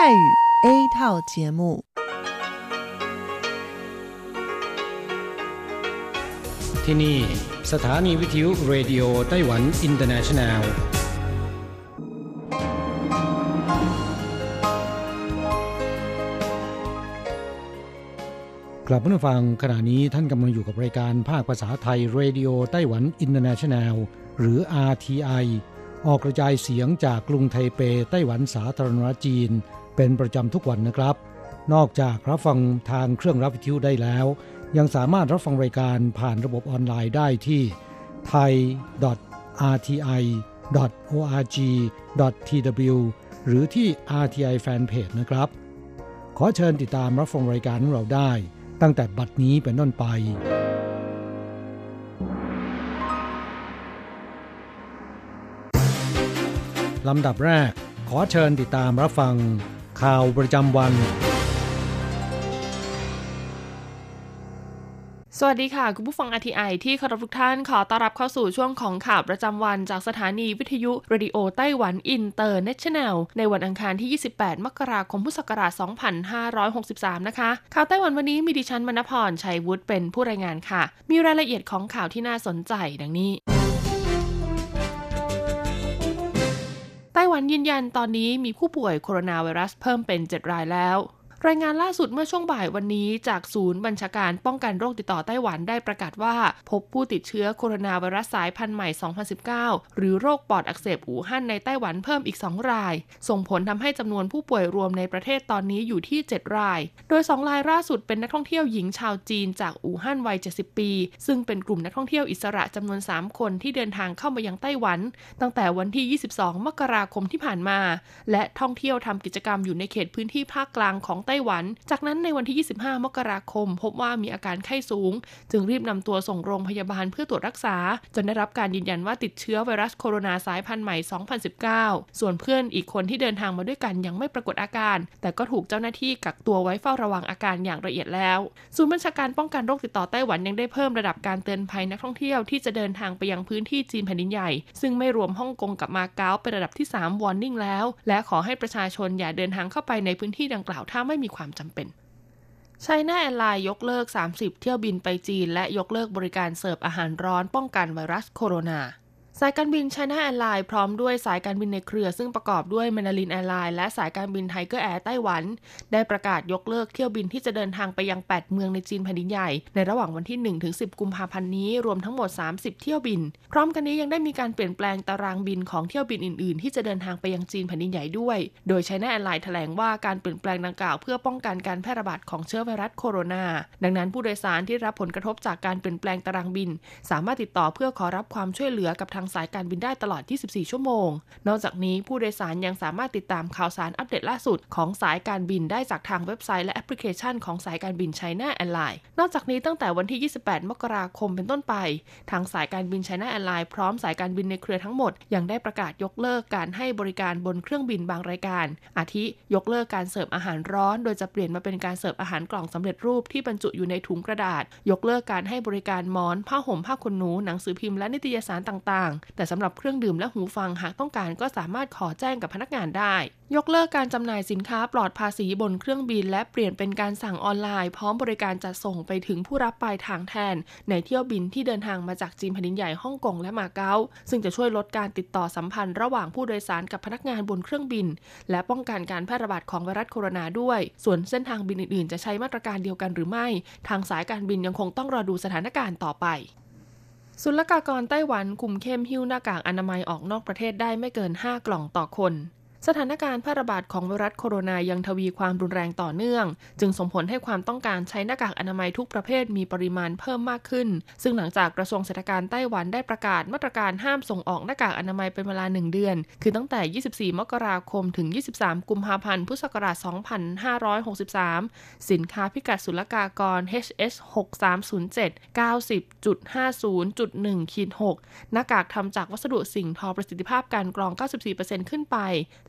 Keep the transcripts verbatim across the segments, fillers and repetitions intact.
语 A 套节目ที่นี่สถานีวิทยุเรดิโอไต้หวันอินเตอร์เนชั่นแนลกลับมาฟังขณะนี้ท่านกำลังอยู่กับรายการภาคภาษาไทยเรดิโอไต้หวันอินเตอร์เนชั่นแนลหรือ อาร์ ที ไอ ออกกระจายเสียงจากกรุงไทเปไต้หวันสาธารณรัฐจีนเป็นประจำทุกวันนะครับนอกจากรับฟังทางเครื่องรับวิทยุได้แล้วยังสามารถรับฟังรายการผ่านระบบออนไลน์ได้ที่ ไทย ดอท อาร์ ที ไอ ดอท โอ อาร์ จี ดอท ที ดับเบิลยู หรือที่ อาร์ ที ไอ Fanpage นะครับขอเชิญติดตามรับฟังรายการของเราได้ตั้งแต่บัดนี้เป็นต้นไปลำดับแรกขอเชิญติดตามรับฟังข่าวประจำวันสวัสดีค่ะคุณผู้ฟัง อาร์ ที ไอ ที่เคารพทุกท่านขอต้อนรับเข้าสู่ช่วงของข่าวประจำวันจากสถานีวิทยุเรดิโอไต้หวันอินเตอร์เนชั่นแนลในวันอังคารที่ยี่สิบแปดมกราคมพุทธศักราชสองพันห้าร้อยหกสิบสามนะคะข่าวไต้หวันวันนี้มีดิฉันมณพรชัยวุฒิเป็นผู้รายงานค่ะมีรายละเอียดของข่าวที่น่าสนใจดังนี้ไต้หวันยืนยันตอนนี้มีผู้ป่วยโคโรนาไวรัสเพิ่มเป็นเจ็ดรายแล้วรายงานล่าสุดเมื่อช่วงบ่ายวันนี้จากศูนย์บัญชาการป้องกันโรคติดต่อไต้หวันได้ประกาศว่าพบผู้ติดเชื้อโคโรนาไวรัสสายพันธุ์ใหม่สองพันสิบเก้าหรือโรคปอดอักเสบอู่ฮั่นในไต้หวันเพิ่มอีกสองรายส่งผลทำให้จำนวนผู้ป่วยรวมในประเทศตอนนี้อยู่ที่เจ็ดรายโดยสองรายล่าสุดเป็นนักท่องเที่ยวหญิงชาวจีนจากอู่ฮั่นวัยเจ็ดสิบปีซึ่งเป็นกลุ่มนักท่องเที่ยวอิสระจำนวนสามคนที่เดินทางเข้ามายังไต้หวันตั้งแต่วันที่ยี่สิบสองมกราคมที่ผ่านมาและท่องเที่ยวทำกิจกรรมอยู่ในเขตพื้นที่ภาคกลางของไต้หวันจากนั้นในวันที่ยี่สิบห้ามกราคมพบว่ามีอาการไข้สูงจึงรีบนำตัวส่งโรงพยาบาลเพื่อตรวจรักษาจนได้รับการยืนยันว่าติดเชื้อไวรัสโคโรนาสายพันธุ์ใหม่สองพันสิบเก้าส่วนเพื่อนอีกคนที่เดินทางมาด้วยกันยังไม่ปรากฏอาการแต่ก็ถูกเจ้าหน้าที่กักตัวไว้เฝ้าระวังอาการอย่างละเอียดแล้วศูนย์บัญชาการป้องกันโรคติดต่อไต้หวันยังได้เพิ่มระดับการเตือนภัยนักท่องเที่ยวที่จะเดินทางไปยังพื้นที่จีนแผ่นดินใหญ่ซึ่งไม่รวมฮ่องกงกับมาเก๊าเป็นระดับที่สาม Warning แล้วและขอให้ประชาชนอย่าเดินทางเข้าไปในพื้นที่ดังกล่าวถ้าไม่มีความจำเป็นChina Airlines ยกเลิกสามสิบเที่ยวบินไปจีนและยกเลิกบริการเสิร์ฟอาหารร้อนป้องกันไวรัสโคโรนาสายการบิน China Airlines พร้อมด้วยสายการบินในเครือซึ่งประกอบด้วย Mandarin Airlines และสายการบิน Tiger Air ไต้หวันได้ประกาศยกเลิกเที่ยวบินที่จะเดินทางไปยังแปดเมืองในจีนแผ่นดินใหญ่ในระหว่างวันที่ หนึ่งถึงสิบ กุมภาพันธ์นี้รวมทั้งหมดสามสิบเที่ยวบินพร้อมกันนี้ยังได้มีการเปลี่ยนแปลงตารางบินของเที่ยวบินอื่นๆที่จะเดินทางไปยังจีนแผ่นดินใหญ่ด้วยโดย China Airlines แถลงว่าการเปลี่ยนแปลงดังกล่าวเพื่อป้องกันการแพร่ระบาดของเชื้อไวรัสโคโรนาดังนั้นผู้โดยสารที่รับผลกระทบจากการเปลี่ยนแปลงตารางบินสามารถติดต่อเพื่อขอรับความช่วยเหลือกับทางสายการบินได้ตลอดยี่สิบสี่ชั่วโมงนอกจากนี้ผู้โดยสารยังสามารถติดตามข่าวสารอัปเดตล่าสุดของสายการบินได้จากทางเว็บไซต์และแอปพลิเคชันของสายการบิน China Airlines นอกจากนี้ตั้งแต่วันที่ยี่สิบแปดมกราคมเป็นต้นไปทางสายการบิน China Airlines พร้อมสายการบินในเครือทั้งหมดยังได้ประกาศยกเลิกการให้บริการบนเครื่องบินบางรายการอาทิยกเลิกการเสิร์ฟอาหารร้อนโดยจะเปลี่ยนมาเป็นการเสิร์ฟอาหารกล่องสำเร็จรูปที่บรรจุอยู่ในถุงกระดาษยกเลิกการให้บริการหมอนผ้าห่มผ้าขนหนูหนังสือพิมพ์และนิตยสารต่างๆแต่สำหรับเครื่องดื่มและหูฟังหากต้องการก็สามารถขอแจ้งกับพนักงานได้ยกเลิกการจำหน่ายสินค้าปลอดภาษีบนเครื่องบินและเปลี่ยนเป็นการสั่งออนไลน์พร้อมบริการจัดส่งไปถึงผู้รับปลายทางแทนในเที่ยวบินที่เดินทางมาจากจีนแผ่นดินใหญ่ฮ่องกงและมาเก๊าซึ่งจะช่วยลดการติดต่อสัมพันธ์ระหว่างผู้โดยสารกับพนักงานบนเครื่องบินและป้องกันการแพร่ระบาดของไวรัสโคโรนาด้วยส่วนเส้นทางบินอื่นๆจะใช้มาตรการเดียวกันหรือไม่ทางสายการบินยังคงต้องรอดูสถานการณ์ต่อไปศุลกากรไต้หวันคุมเข้มหิ้วหน้ากากอนามัยออกนอกประเทศได้ไม่เกินห้ากล่องต่อคนสถานการณ์แพร่ระบาดของไวรัสโคโรนายังทวีความรุนแรงต่อเนื่องจึงส่งผลให้ความต้องการใช้หน้ากากอนามัยทุกประเภทมีปริมาณเพิ่มมากขึ้นซึ่งหลังจากกระทรวงเศรษฐกิจไต้หวันได้ประกาศมาตรการห้ามส่งออกหน้ากากอนามัยเป็นเวลาหนึ่งเดือนคือตั้งแต่ยี่สิบสี่มกราคมถึงยี่สิบสามกุมภาพันธ์พุทธศักราชสองพันห้าร้อยหกสิบสามสินค้าพิกัดศุลกากร เอช เอส หกสามศูนย์เจ็ด เก้าสิบจุดห้าศูนย์จุดหนึ่ง หก หน้ากากทำจากวัสดุสิ่งทอประสิทธิภาพการกรอง เก้าสิบสี่เปอร์เซ็นต์ ขึ้นไปและ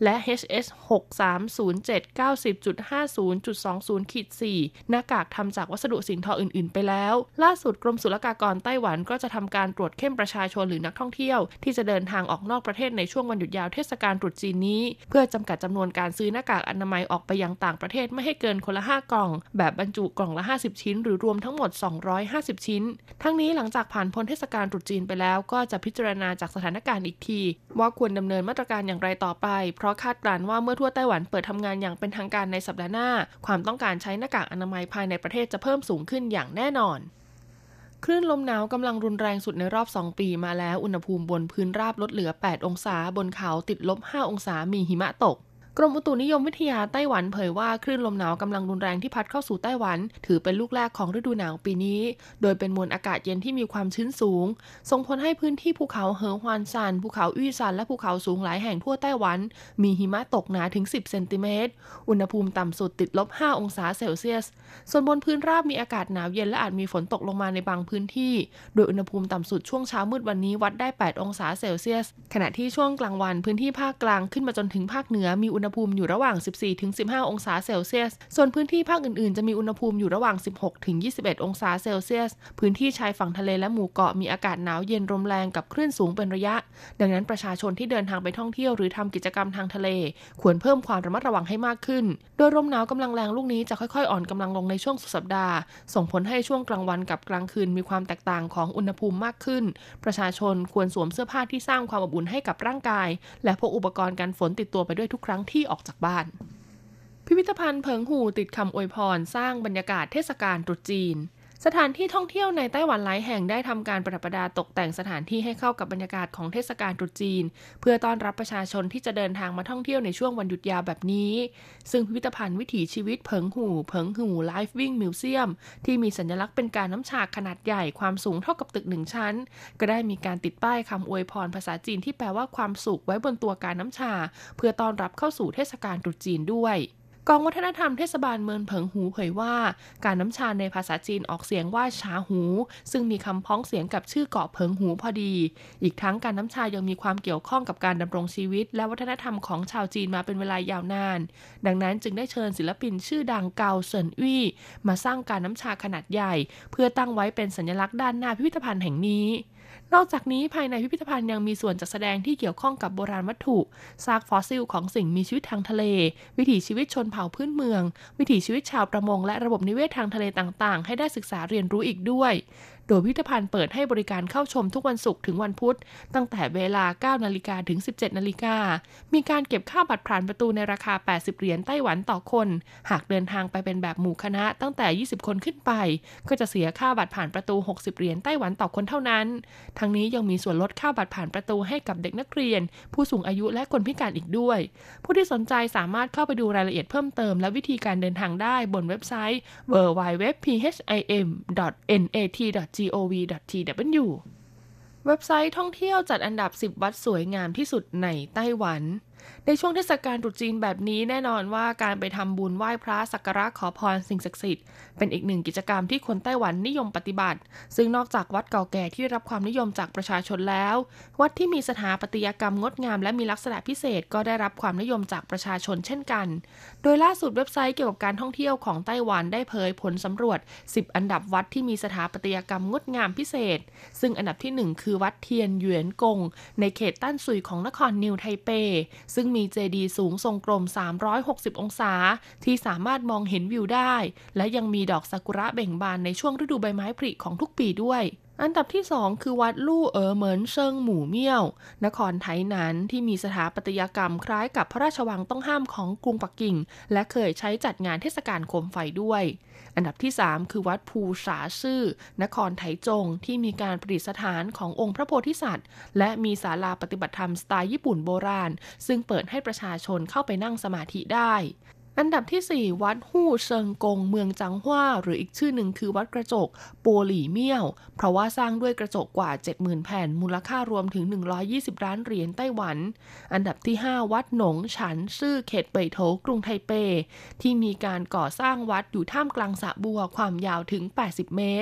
และ เอช เอส หก สาม ศูนย์ เจ็ด เก้า ศูนย์ จุด ห้า ศูนย์ จุด สอง ศูนย์ สี่ หน้ากากทำจากวัสดุสิ่งทออื่นๆไปแล้วล่าสุดกรมศุลกากรไต้หวันก็จะทำการตรวจเข้มประชาชนหรือนักท่องเที่ยวที่จะเดินทางออกนอกประเทศในช่วงวันหยุดยาวเทศกาลตรุษจีนนี้เพื่อจำกัดจำนวนการซื้อหน้ากากอนามัยออกไปยังต่างประเทศไม่ให้เกินคนละห้ากล่องแบบบรรจุกล่องละห้าสิบชิ้นหรือรวมทั้งหมดสองร้อยห้าสิบชิ้นทั้งนี้หลังจากผ่านพ้นเทศกาลตรุษจีนไปแล้วก็จะพิจารณาจากสถานการณ์อีกทีว่าควรดำเนินมาตรการอย่างไรต่อไปเพราะคาดการณ์ว่าเมื่อทั่วไต้หวันเปิดทำงานอย่างเป็นทางการในสัปดาห์หน้าความต้องการใช้หน้ากากอนามัยภายในประเทศจะเพิ่มสูงขึ้นอย่างแน่นอนคลื่นลมหนาวกำลังรุนแรงสุดในรอบสองปีมาแล้วอุณหภูมิบนพื้นราบลดเหลือแปดองศาบนเขาติดลบห้าองศามีหิมะตกกรมอุตุนิยมวิทยาไต้หวันเผยว่าคลื่นลมหนาวกำลังรุนแรงที่พัดเข้าสู่ไต้หวันถือเป็นลูกแรกของฤดูหนาวปีนี้โดยเป็นมวลอากาศเย็นที่มีความชื้นสูงส่งผลให้พื้นที่ภูเขาเหอฮวานซานภูเขาอี้ซานและภูเขาสูงหลายแห่งทั่วไต้หวันมีหิมะตกหนาถึงสิบเซนติเมตรอุณหภูมิต่ำสุดติดลบห้าองศาเซลเซียสส่วนบนพื้นราบมีอากาศหนาวเย็นและอาจมีฝนตกลงมาในบางพื้นที่โดยอุณหภูมิต่ำสุดช่วงเช้ามืดวันนี้วัดได้แปดองศาเซลเซียสขณะที่ช่วงกลางวันพื้นที่ภาคกลางขึ้นมาจนถึงภาคเหนือมีอุณหภูมิอยู่ระหว่างสิบสี่ถึงสิบห้า องศาเซลเซียสส่วนพื้นที่ภาคอื่นๆจะมีอุณหภูมิอยู่ระหว่างสิบหกถึงยี่สิบเอ็ด องศาเซลเซียสพื้นที่ชายฝั่งทะเลและหมู่เกาะมีอากาศหนาวเย็นลมแรงกับคลื่นสูงเป็นระยะดังนั้นประชาชนที่เดินทางไปท่องเที่ยวหรือทำกิจกรรมทางทะเลควรเพิ่มความระมัดระวังให้มากขึ้นโดยลมหนาวกำลังแรงลูกนี้จะค่อยๆอ่อนกำลังลงในช่วงสุดสัปดาห์ส่งผลให้ช่วงกลางวันกับกลางคืนมีความแตกต่างของอุณหภูมิมากขึ้นประชาชนควรสวมเสื้อผ้าที่สร้างความอบอุ่นให้กับร่างกายและพกอุปกรณ์กันฝนติดตัวไปด้วยทุกครั้งที่ออกจากบ้านพิพิธภัณฑ์เผิงหูติดคำอวยพรสร้างบรรยากาศเทศกาลตรุษจีนสถานที่ท่องเที่ยวในไต้หวันหลายแห่งได้ทำการประดับประดาตกแต่งสถานที่ให้เข้ากับบรรยากาศของเทศกาลตรุษจีนเพื่อต้อนรับประชาชนที่จะเดินทางมาท่องเที่ยวในช่วงวันหยุดยาวแบบนี้ซึ่งพิพิธภัณฑ์วิถีชีวิตเผิงหูเผิงหูไลฟ์วิ่งมิวเซียมที่มีสัญลักษณ์เป็นการน้ำชาขนาดใหญ่ความสูงเท่ากับตึกหนึ่งชั้นก็ได้มีการติดป้ายคำอวยพรภาษาจีนที่แปลว่าความสุขไว้บนตัวการน้ำชาเพื่อต้อนรับเข้าสู่เทศกาลตรุษจีนด้วยกองวัฒนธรรมเทศบาลเมืองเผิงหูเผยว่าการน้ำชาในภาษาจีนออกเสียงว่าชาหูซึ่งมีคำพ้องเสียงกับชื่อเกาะเผิงหูพอดีอีกทั้งการน้ำชายังมีความเกี่ยวข้องกับการดำรงชีวิตและวัฒนธรรมของชาวจีนมาเป็นเวลายาวนานดังนั้นจึงได้เชิญศิลปินชื่อดังเกาเซินอี้มาสร้างการน้ำชาขนาดใหญ่เพื่อตั้งไว้เป็นสัญลักษณ์ด้านหน้าพิพิธภัณฑ์แห่งนี้นอกจากนี้ภายในพิพิธภัณฑ์ยังมีส่วนจัดแสดงที่เกี่ยวข้องกับโบราณวัตถุซากฟอสซิลของสิ่งมีชีวิตทางทะเลวิถีชีวิตชนเผ่าพื้นเมืองวิถีชีวิตชาวประมงและระบบนิเวศทางทะเลต่างๆให้ได้ศึกษาเรียนรู้อีกด้วยโดยพิพิธภัณฑ์เปิดให้บริการเข้าชมทุกวันศุกร์ถึงวันพุธตั้งแต่เวลา เก้านาฬิกา ถึง สิบเจ็ดนาฬิกามีการเก็บค่าบัตรผ่านประตูในราคาแปดสิบเหรียญไต้หวันต่อคนหากเดินทางไปเป็นแบบหมู่คณะตั้งแต่ยี่สิบคนขึ้นไปก็จะเสียค่าบัตรผ่านประตูหกสิบเหรียญไต้หวันต่อคนเท่านั้นทั้งนี้ยังมีส่วนลดค่าบัตรผ่านประตูให้กับเด็กนักเรียนผู้สูงอายุและคนพิการอีกด้วยผู้ที่สนใจสามารถเข้าไปดูรายละเอียดเพิ่มเติมและวิธีการเดินทางได้บนเว็บไซต์ ดับเบิลยู ดับเบิลยู ดับเบิลยู ดอท พี เอช ไอ เอ็ม ดอท เอ็น เอ ที ดอท จี โอ วี ดอท ที ดับเบิลยู เว็บไซต์ท่องเที่ยวจัดอันดับสิบวัดสวยงามที่สุดในไต้หวันในช่วงเทศกาลตรุษจีนแบบนี้แน่นอนว่าการไปทำบุญไหว้พระสักการะขอพรสิ่งศักดิ์สิทธิ์เป็นอีกหนึ่งกิจกรรมที่คนไต้หวันนิยมปฏิบัติซึ่งนอกจากวัดเก่าแก่ที่ได้รับความนิยมจากประชาชนแล้ววัดที่มีสถาปัตยกรรมงดงามและมีลักษณะพิเศษก็ได้รับความนิยมจากประชาชนเช่นกันโดยล่าสุดเว็บไซต์เกี่ยวกับการท่องเที่ยวของไต้หวันได้เผยผลสำรวจสิบอันดับวัดที่มีสถาปัตยกรรมงดงามพิเศษซึ่งอันดับที่หนึ่งคือวัดเทียนหยวนกงในเขตตั้นซุยของนครนิวไทเปซึ่งมีเจดีย์สูงทรงกลมสามร้อยหกสิบองศาที่สามารถมองเห็นวิวได้และยังมีดอกซากุระเบ่งบานในช่วงฤดูใบไม้ผลิของทุกปีด้วยอันดับที่สองคือวัดลู่เอ๋อเหมินเซิงหมู่เมี่ยวนครไถหนานที่มีสถาปัตยกรรมคล้ายกับพระราชวังต้องห้ามของกรุงปักกิ่งและเคยใช้จัดงานเทศกาลโคมไฟด้วยอันดับที่สามคือวัดภูสาซื่อนครไถจงที่มีการประดิษฐานขององค์พระโพธิสัตว์และมีศาลาปฏิบัติธรรมสไตล์ญี่ปุ่นโบราณซึ่งเปิดให้ประชาชนเข้าไปนั่งสมาธิได้อันดับที่สี่วัดฮู่เซิงกงเมืองจังหว้าหรืออีกชื่อหนึ่งคือวัดกระจกโปหลี่เมี่ยวเพราะว่าสร้างด้วยกระจกกว่า เจ็ดหมื่น แผ่นมูลค่ารวมถึงหนึ่งร้อยยี่สิบล้านเหรียญไต้หวันอันดับที่ห้าวัดหนงฉันซื่อเขตเป่ยโถกรุงไทเปที่มีการก่อสร้างวัดอยู่ท่ามกลางสระบัวความยาวถึงแปดสิบเมตร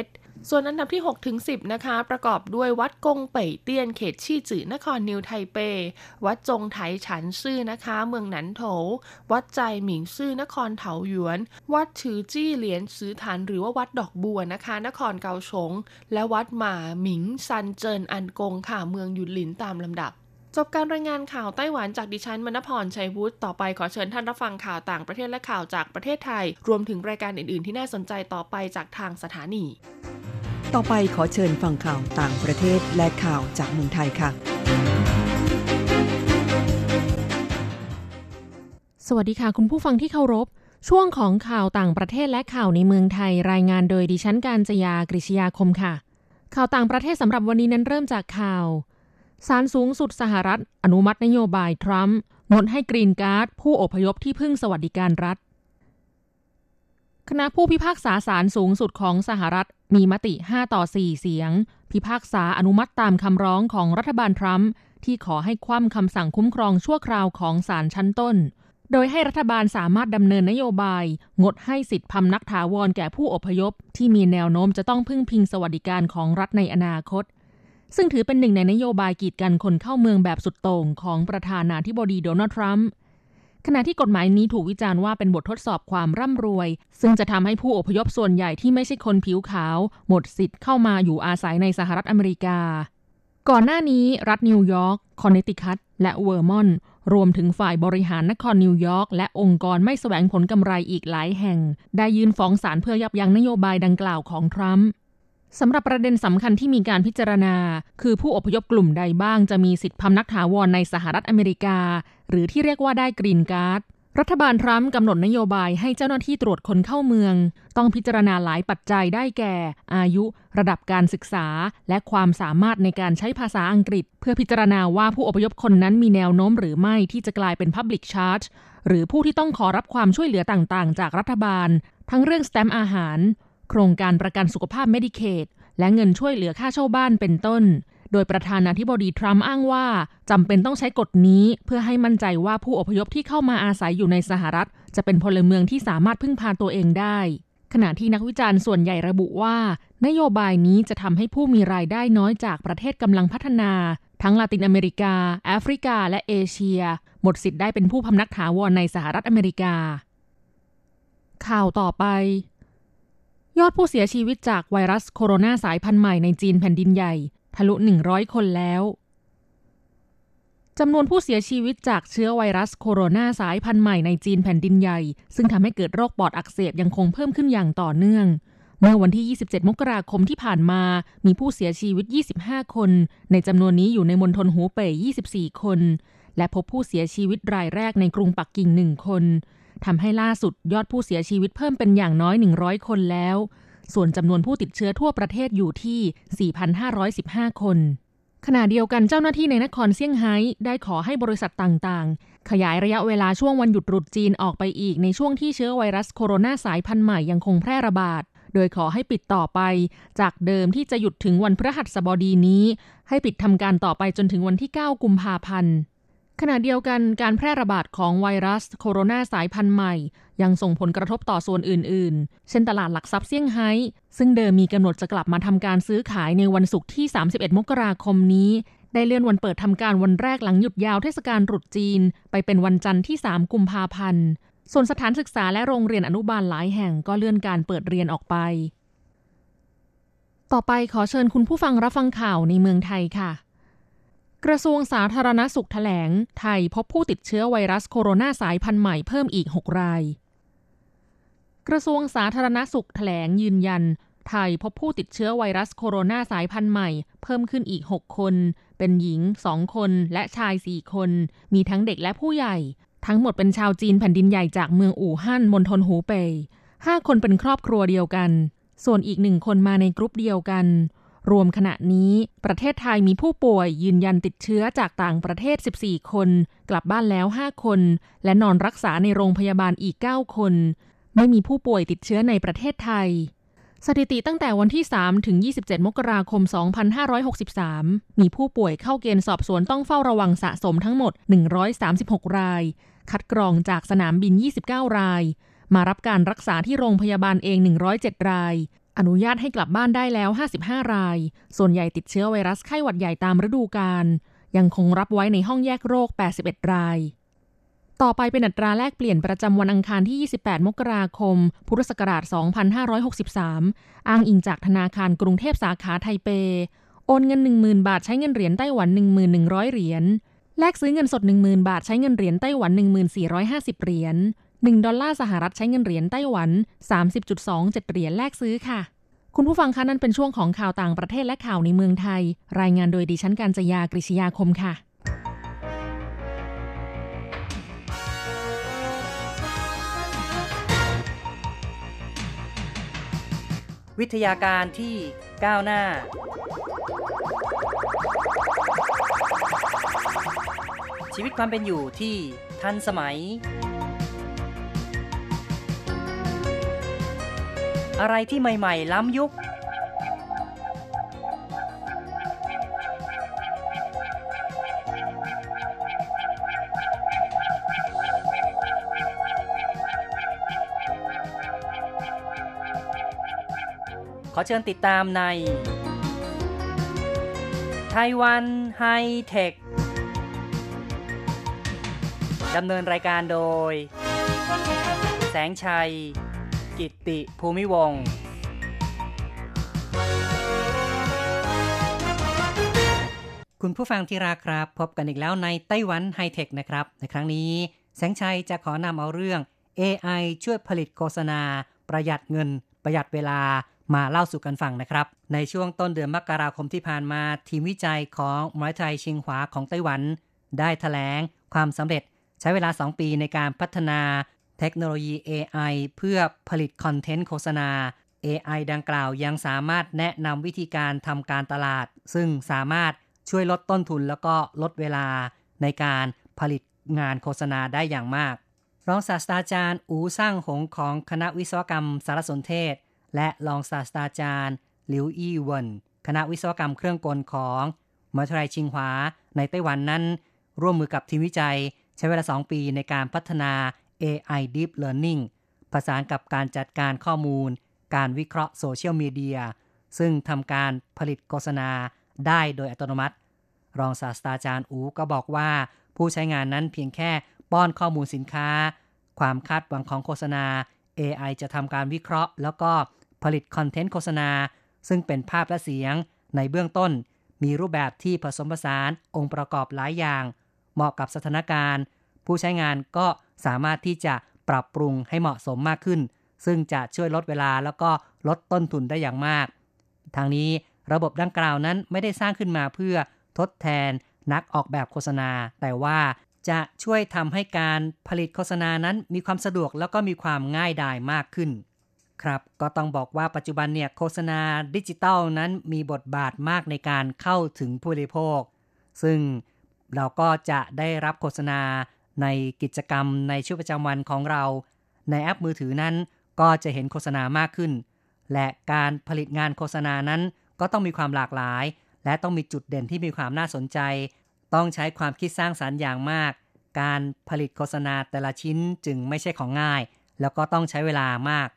ส่วนอันดับที่ หกถึงสิบ นะคะประกอบด้วยวัดกงเป่ยเตี้ยนเขตชี่จื่อนครนิวไทเปวัดจงไถฉันซื่อนะคะเมืองหนันโถวัดใจหมิงซื่อนครเถาหยวนวัดฉือจี้เหลียนซือฐานหรือว่าวัดดอกบัวนะคะนครเกาฉงและวัดหม่าหมิงซันเจินอันกงค่ะเมืองหยุนหลินตามลำดับจบการรายงานข่าวไต้หวันจากดิฉันมณพรชัยวุฒิต่อไปขอเชิญท่านรับฟังข่าวต่างประเทศและข่าวจากประเทศไทยรวมถึงรายการอื่นๆที่น่าสนใจต่อไปจากทางสถานีต่อไปขอเชิญฟังข่าวต่างประเทศและข่าวจากเมืองไทยค่ะสวัสดีค่ะคุณผู้ฟังที่เคารพช่วงของข่าวต่างประเทศและข่าวในเมืองไทยรายงานโดยดิฉันกาญจยากฤษยาคมค่ะข่าวต่างประเทศสำหรับวันนี้นั้นเริ่มจากข่าวศาลสูงสุดสหรัฐอนุมัตินโยบายทรัมป์งดให้กรีนการ์ดผู้อพยพที่พึ่งสวัสดิการรัฐคณะผู้พิพากษาศาลสูงสุดของสหรัฐมีมติห้าต่อสี่เสียงพิพากษาอนุมัติตามคำร้องของรัฐบาลทรัมป์ที่ขอให้คว่ำคำสั่งคุ้มครองชั่วคราวของศาลชั้นต้นโดยให้รัฐบาลสามารถดำเนินนโยบายงดให้สิทธิพำนักถาวรแก่ผู้อพยพที่มีแนวโน้มจะต้องพึ่งพิงสวัสดิการของรัฐในอนาคตซึ่งถือเป็นหนึ่งในนโยบายกีดกันคนเข้าเมืองแบบสุดโต่งของประธานาธิบดีโดนัลด์ทรัมป์ขณะที่กฎหมายนี้ถูกวิจารณ์ว่าเป็นบททดสอบความร่ำรวยซึ่งจะทำให้ผู้อพยพส่วนใหญ่ที่ไม่ใช่คนผิวขาวหมดสิทธิ์เข้ามาอยู่อาศัยในสหรัฐอเมริกาก่อนหน้านี้รัฐนิวยอร์กคอนเนตทิคัตและเวอร์มอนต์รวมถึงฝ่ายบริหารนครนิวยอร์กและองค์กรไม่แสวงผลกำไรอีกหลายแห่งได้ยื่นฟ้องศาลเพื่อยับยั้งนโยบายดังกล่าวของทรัมป์สำหรับประเด็นสำคัญที่มีการพิจารณาคือผู้อพยพกลุ่มใดบ้างจะมีสิทธิพำนักถาวรในสหรัฐอเมริกาหรือที่เรียกว่าได้กรีนการ์ดรัฐบาลทรัมป์กำหนดนโยบายให้เจ้าหน้าที่ตรวจคนเข้าเมืองต้องพิจารณาหลายปัจจัยได้แก่อายุระดับการศึกษาและความสามารถในการใช้ภาษาอังกฤษเพื่อพิจารณาว่าผู้อพยพคนนั้นมีแนวโน้มหรือไม่ที่จะกลายเป็น Public Charge หรือผู้ที่ต้องขอรับความช่วยเหลือต่างๆจากรัฐบาลทั้งเรื่องสแตมป์อาหารโครงการประกันสุขภาพ Medicaid และเงินช่วยเหลือค่าเช่าบ้านเป็นต้นโดยประธานาธิบดีทรัมป์อ้างว่าจำเป็นต้องใช้กฎนี้เพื่อให้มั่นใจว่าผู้อพยพที่เข้ามาอาศัยอยู่ในสหรัฐจะเป็นพลเมืองที่สามารถพึ่งพาตัวเองได้ขณะที่นักวิจารณ์ส่วนใหญ่ระบุว่านโยบายนี้จะทำให้ผู้มีรายได้น้อยจากประเทศกำลังพัฒนาทั้งลาตินอเมริกาแอฟริกาและเอเชียหมดสิทธิ์ได้เป็นผู้พำนักถาวรในสหรัฐอเมริกาข่าวต่อไปยอดผู้เสียชีวิตจากไวรัสโคโรนาสายพันธุ์ใหม่ในจีนแผ่นดินใหญ่ทะลุหนึ่งร้อยคนแล้วจำนวนผู้เสียชีวิตจากเชื้อไวรัสโคโรนาสายพันธุ์ใหม่ในจีนแผ่นดินใหญ่ซึ่งทำให้เกิดโรคปอดอักเสบยังคงเพิ่มขึ้นอย่างต่อเนื่องเมื่อวันที่ยี่สิบเจ็ดมกราคมที่ผ่านมามีผู้เสียชีวิตยี่สิบห้าคนในจำนวนนี้อยู่ในมณฑลหูเป่ยยี่สิบสี่คนและพบผู้เสียชีวิตรายแรกในกรุงปักกิ่งหนึ่งคนทำให้ล่าสุดยอดผู้เสียชีวิตเพิ่มเป็นอย่างน้อยหนึ่งร้อยคนแล้วส่วนจำนวนผู้ติดเชื้อทั่วประเทศอยู่ที่ สี่พันห้าร้อยสิบห้า คนขณะเดียวกันเจ้าหน้าที่ในนครเซี่ยงไฮ้ได้ขอให้บริษัทต่างๆขยายระยะเวลาช่วงวันหยุดตรุษจีนออกไปอีกในช่วงที่เชื้อไวรัสโคโรนาสายพันธุ์ใหม่ยังคงแพร่ระบาดโดยขอให้ปิดต่อไปจากเดิมที่จะหยุดถึงวันพฤหัสบดีนี้ให้ปิดทำการต่อไปจนถึงวันที่เก้ากุมภาพันธ์ขณะเดียวกันการแพร่ระบาดของไวรัสโคโรนาสายพันธุ์ใหม่ยังส่งผลกระทบต่อส่วนอื่นๆเช่นตลาดหลักทรัพย์เซี่ยงไฮ้ซึ่งเดิมมีกำหนดจะกลับมาทำการซื้อขายในวันศุกร์ที่สามสิบเอ็ดมกราคมนี้ได้เลื่อนวันเปิดทำการวันแรกหลังหยุดยาวเทศกาลตรุษจีนไปเป็นวันจันทร์ที่สามกุมภาพันธ์ส่วนสถานศึกษาและโรงเรียนอนุบาลหลายแห่งก็เลื่อนการเปิดเรียนออกไปต่อไปขอเชิญคุณผู้ฟังรับฟังข่าวในเมืองไทยค่ะกระทรวงสาธารณสุขแถลงไทยพบผู้ติดเชื้อไวรัสโคโรนาสายพันธุ์ใหม่เพิ่มอีกหกรายกระทรวงสาธารณสุขแถลงยืนยันไทยพบผู้ติดเชื้อไวรัสโคโรนาสายพันธุ์ใหม่เพิ่มขึ้นอีกหกคนเป็นหญิงสองคนและชายสี่คนมีทั้งเด็กและผู้ใหญ่ทั้งหมดเป็นชาวจีนแผ่นดินใหญ่จากเมืองอู่ฮั่นมณฑลหูเป่ยห้าคนเป็นครอบครัวเดียวกันส่วนอีกหนึ่งคนมาในกรุ๊ปเดียวกันรวมขณะนี้ประเทศไทยมีผู้ป่วยยืนยันติดเชื้อจากต่างประเทศสิบสี่คนกลับบ้านแล้วห้าคนและนอนรักษาในโรงพยาบาลอีกเก้าคนไม่มีผู้ป่วยติดเชื้อในประเทศไทยสถิติตั้งแต่วันที่สามถึงยี่สิบเจ็ดมกราคมสองพันห้าร้อยหกสิบสามมีผู้ป่วยเข้าเกณฑ์สอบสวนต้องเฝ้าระวังสะสมทั้งหมดหนึ่งร้อยสามสิบหกรายคัดกรองจากสนามบินยี่สิบเก้ารายมารับการรักษาที่โรงพยาบาลเองหนึ่งร้อยเจ็ดรายอนุญาตให้กลับบ้านได้แล้วห้าสิบห้ารายส่วนใหญ่ติดเชื้อไวรัสไข้หวัดใหญ่ตามฤดูกาลยังคงรับไว้ในห้องแยกโรคแปดสิบเอ็ดรายต่อไปเป็นอัตราแลกเปลี่ยนประจำวันอังคารที่ยี่สิบแปดมกราคมพุทธศักราชสองพันห้าร้อยหกสิบสามอ้างอิงจากธนาคารกรุงเทพสาขาไทเปโอนเงิน หนึ่งหมื่น บาทใช้เงินเหรียญไต้หวัน หนึ่งพันหนึ่งร้อย เหรียญแลกซื้อเงินสด หนึ่งหมื่น บาทใช้เงินเหรียญไต้หวัน หนึ่งพันสี่ร้อยห้าสิบ เหรียญหนึ่งดอลลาร์สหรัฐใช้เงินเหรียญไต้หวัน สามสิบจุดสองเจ็ด เหรียญแลกซื้อค่ะคุณผู้ฟังคะนั่นเป็นช่วงของข่าวต่างประเทศและข่าวในเมืองไทยรายงานโดยดิฉันกาญจยากฤษยาคมค่ะวิทยาการที่ก้าวหน้าชีวิตความเป็นอยู่ที่ทันสมัยอะไรที่ใหม่ๆล้ำยุคขอเชิญติดตามในไต้หวันไฮเทคดำเนินรายการโดยแสงชัยกิตติภูมิวงศ์คุณผู้ฟังที่รักครับพบกันอีกแล้วในไต้หวันไฮเทคนะครับในครั้งนี้แสงชัยจะขอนำเอาเรื่อง เอ ไอ ช่วยผลิตโฆษณาประหยัดเงินประหยัดเวลามาเล่าสู่กันฟังนะครับในช่วงต้นเดือนมกราคมที่ผ่านมาทีมวิจัยของมหาวิทยาลัยชิงหวาของไต้หวันได้แถลงความสำเร็จใช้เวลาสองปีในการพัฒนาเทคโนโลยี เอ ไอ เพื่อผลิตคอนเทนต์โฆษณา เอ ไอ ดังกล่าวยังสามารถแนะนำวิธีการทำการตลาดซึ่งสามารถช่วยลดต้นทุนแล้วก็ลดเวลาในการผลิตงานโฆษณาได้อย่างมากรองศาสตราจารย์อู๋ซ่างหงของคณะวิศวกรรมสารสนเทศและรองศาสตราจารย์หลิวอี้เวินคณะวิศวกรรมเครื่องกลของมหาวิทยาลัยชิงหวาในไต้หวันนั้นร่วมมือกับทีมวิจัยใช้เวลาสองปีในการพัฒนา เอ ไอ Deep Learning ผสานกับการจัดการข้อมูลการวิเคราะห์โซเชียลมีเดียซึ่งทำการผลิตโฆษณาได้โดยอัตโนมัติรองศาสตราจารย์อูก็บอกว่าผู้ใช้งานนั้นเพียงแค่ป้อนข้อมูลสินค้าความคาดหวังของโฆษณา เอ ไอ จะทำการวิเคราะห์แล้วก็ผลิตคอนเทนต์โฆษณาซึ่งเป็นภาพและเสียงในเบื้องต้นมีรูปแบบที่ผสมผสานองค์ประกอบหลายอย่างเหมาะกับสถานการณ์ผู้ใช้งานก็สามารถที่จะปรับปรุงให้เหมาะสมมากขึ้นซึ่งจะช่วยลดเวลาแล้วก็ลดต้นทุนได้อย่างมากทางนี้ระบบดังกล่าวนั้นไม่ได้สร้างขึ้นมาเพื่อทดแทนนักออกแบบโฆษณาแต่ว่าจะช่วยทำให้การผลิตโฆษณานั้นมีความสะดวกแล้วก็มีความง่ายดายมากขึ้นครับก็ต้องบอกว่าปัจจุบันเนี่ยโฆษณาดิจิทัลนั้นมีบทบาทมากในการเข้าถึงผู้บริโภคซึ่งเราก็จะได้รับโฆษณาในกิจกรรมในชีวิตประจำวันของเราในแอปมือถือนั้นก็จะเห็นโฆษณามากขึ้นและการผลิตงานโฆษณานั้นก็ต้องมีความหลากหลายและต้องมีจุดเด่นที่มีความน่าสนใจต้องใช้ความคิดสร้างสรรค์อย่างมากการผลิตโฆษณาแต่ละชิ้นจึงไม่ใช่ของง่ายแล้วก็ต้องใช้เวลามาก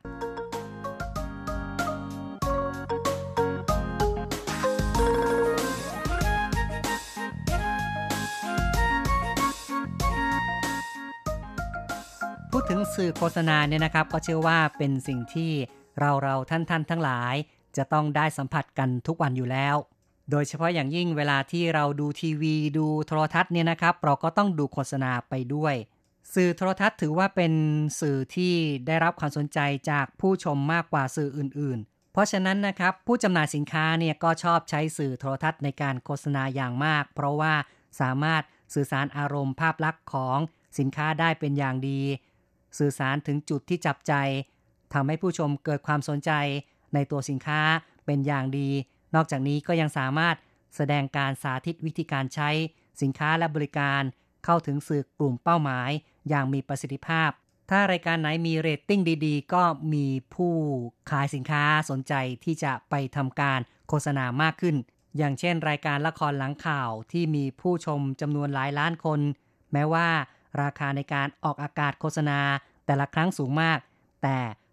พูดถึงสื่อโฆษณาเนี่ยนะครับก็เชื่อว่าเป็นสิ่งที่เราเราท่านท่านทั้งหลายจะต้องได้สัมผัสกันทุกวันอยู่แล้วโดยเฉพาะอย่างยิ่งเวลาที่เราดูทีวีดูโทรทัศน์เนี่ยนะครับเราก็ต้องดูโฆษณาไปด้วยสื่อโทรทัศน์ถือว่าเป็นสื่อที่ได้รับความสนใจจากผู้ชมมากกว่าสื่ออื่นๆเพราะฉะนั้นนะครับผู้จำหน่ายสินค้าเนี่ยก็ชอบใช้สื่อโทรทัศน์ในการโฆษณาอย่างมากเพราะว่าสามารถสื่อสารอารมณ์ภาพลักษณ์ของสินค้าได้เป็นอย่างดีสื่อสารถึงจุดที่จับใจทำให้ผู้ชมเกิดความสนใจในตัวสินค้าเป็นอย่างดีนอกจากนี้ก็ยังสามารถแสดงการสาธิตวิธีการใช้สินค้าและบริการเข้าถึงสื่อกลุ่มเป้าหมายอย่างมีประสิทธิภาพถ้ารายการไหนมีเรตติ้งดีๆก็มีผู้ขายสินค้าสนใจที่จะไปทำการโฆษณามากขึ้นอย่างเช่นรายการละครหลังข่าวที่มีผู้ชมจำนวนหลายล้านคนแม้ว่าราคาในการออกอากาศโฆษณาแต่ละครั้งสูงมากแต่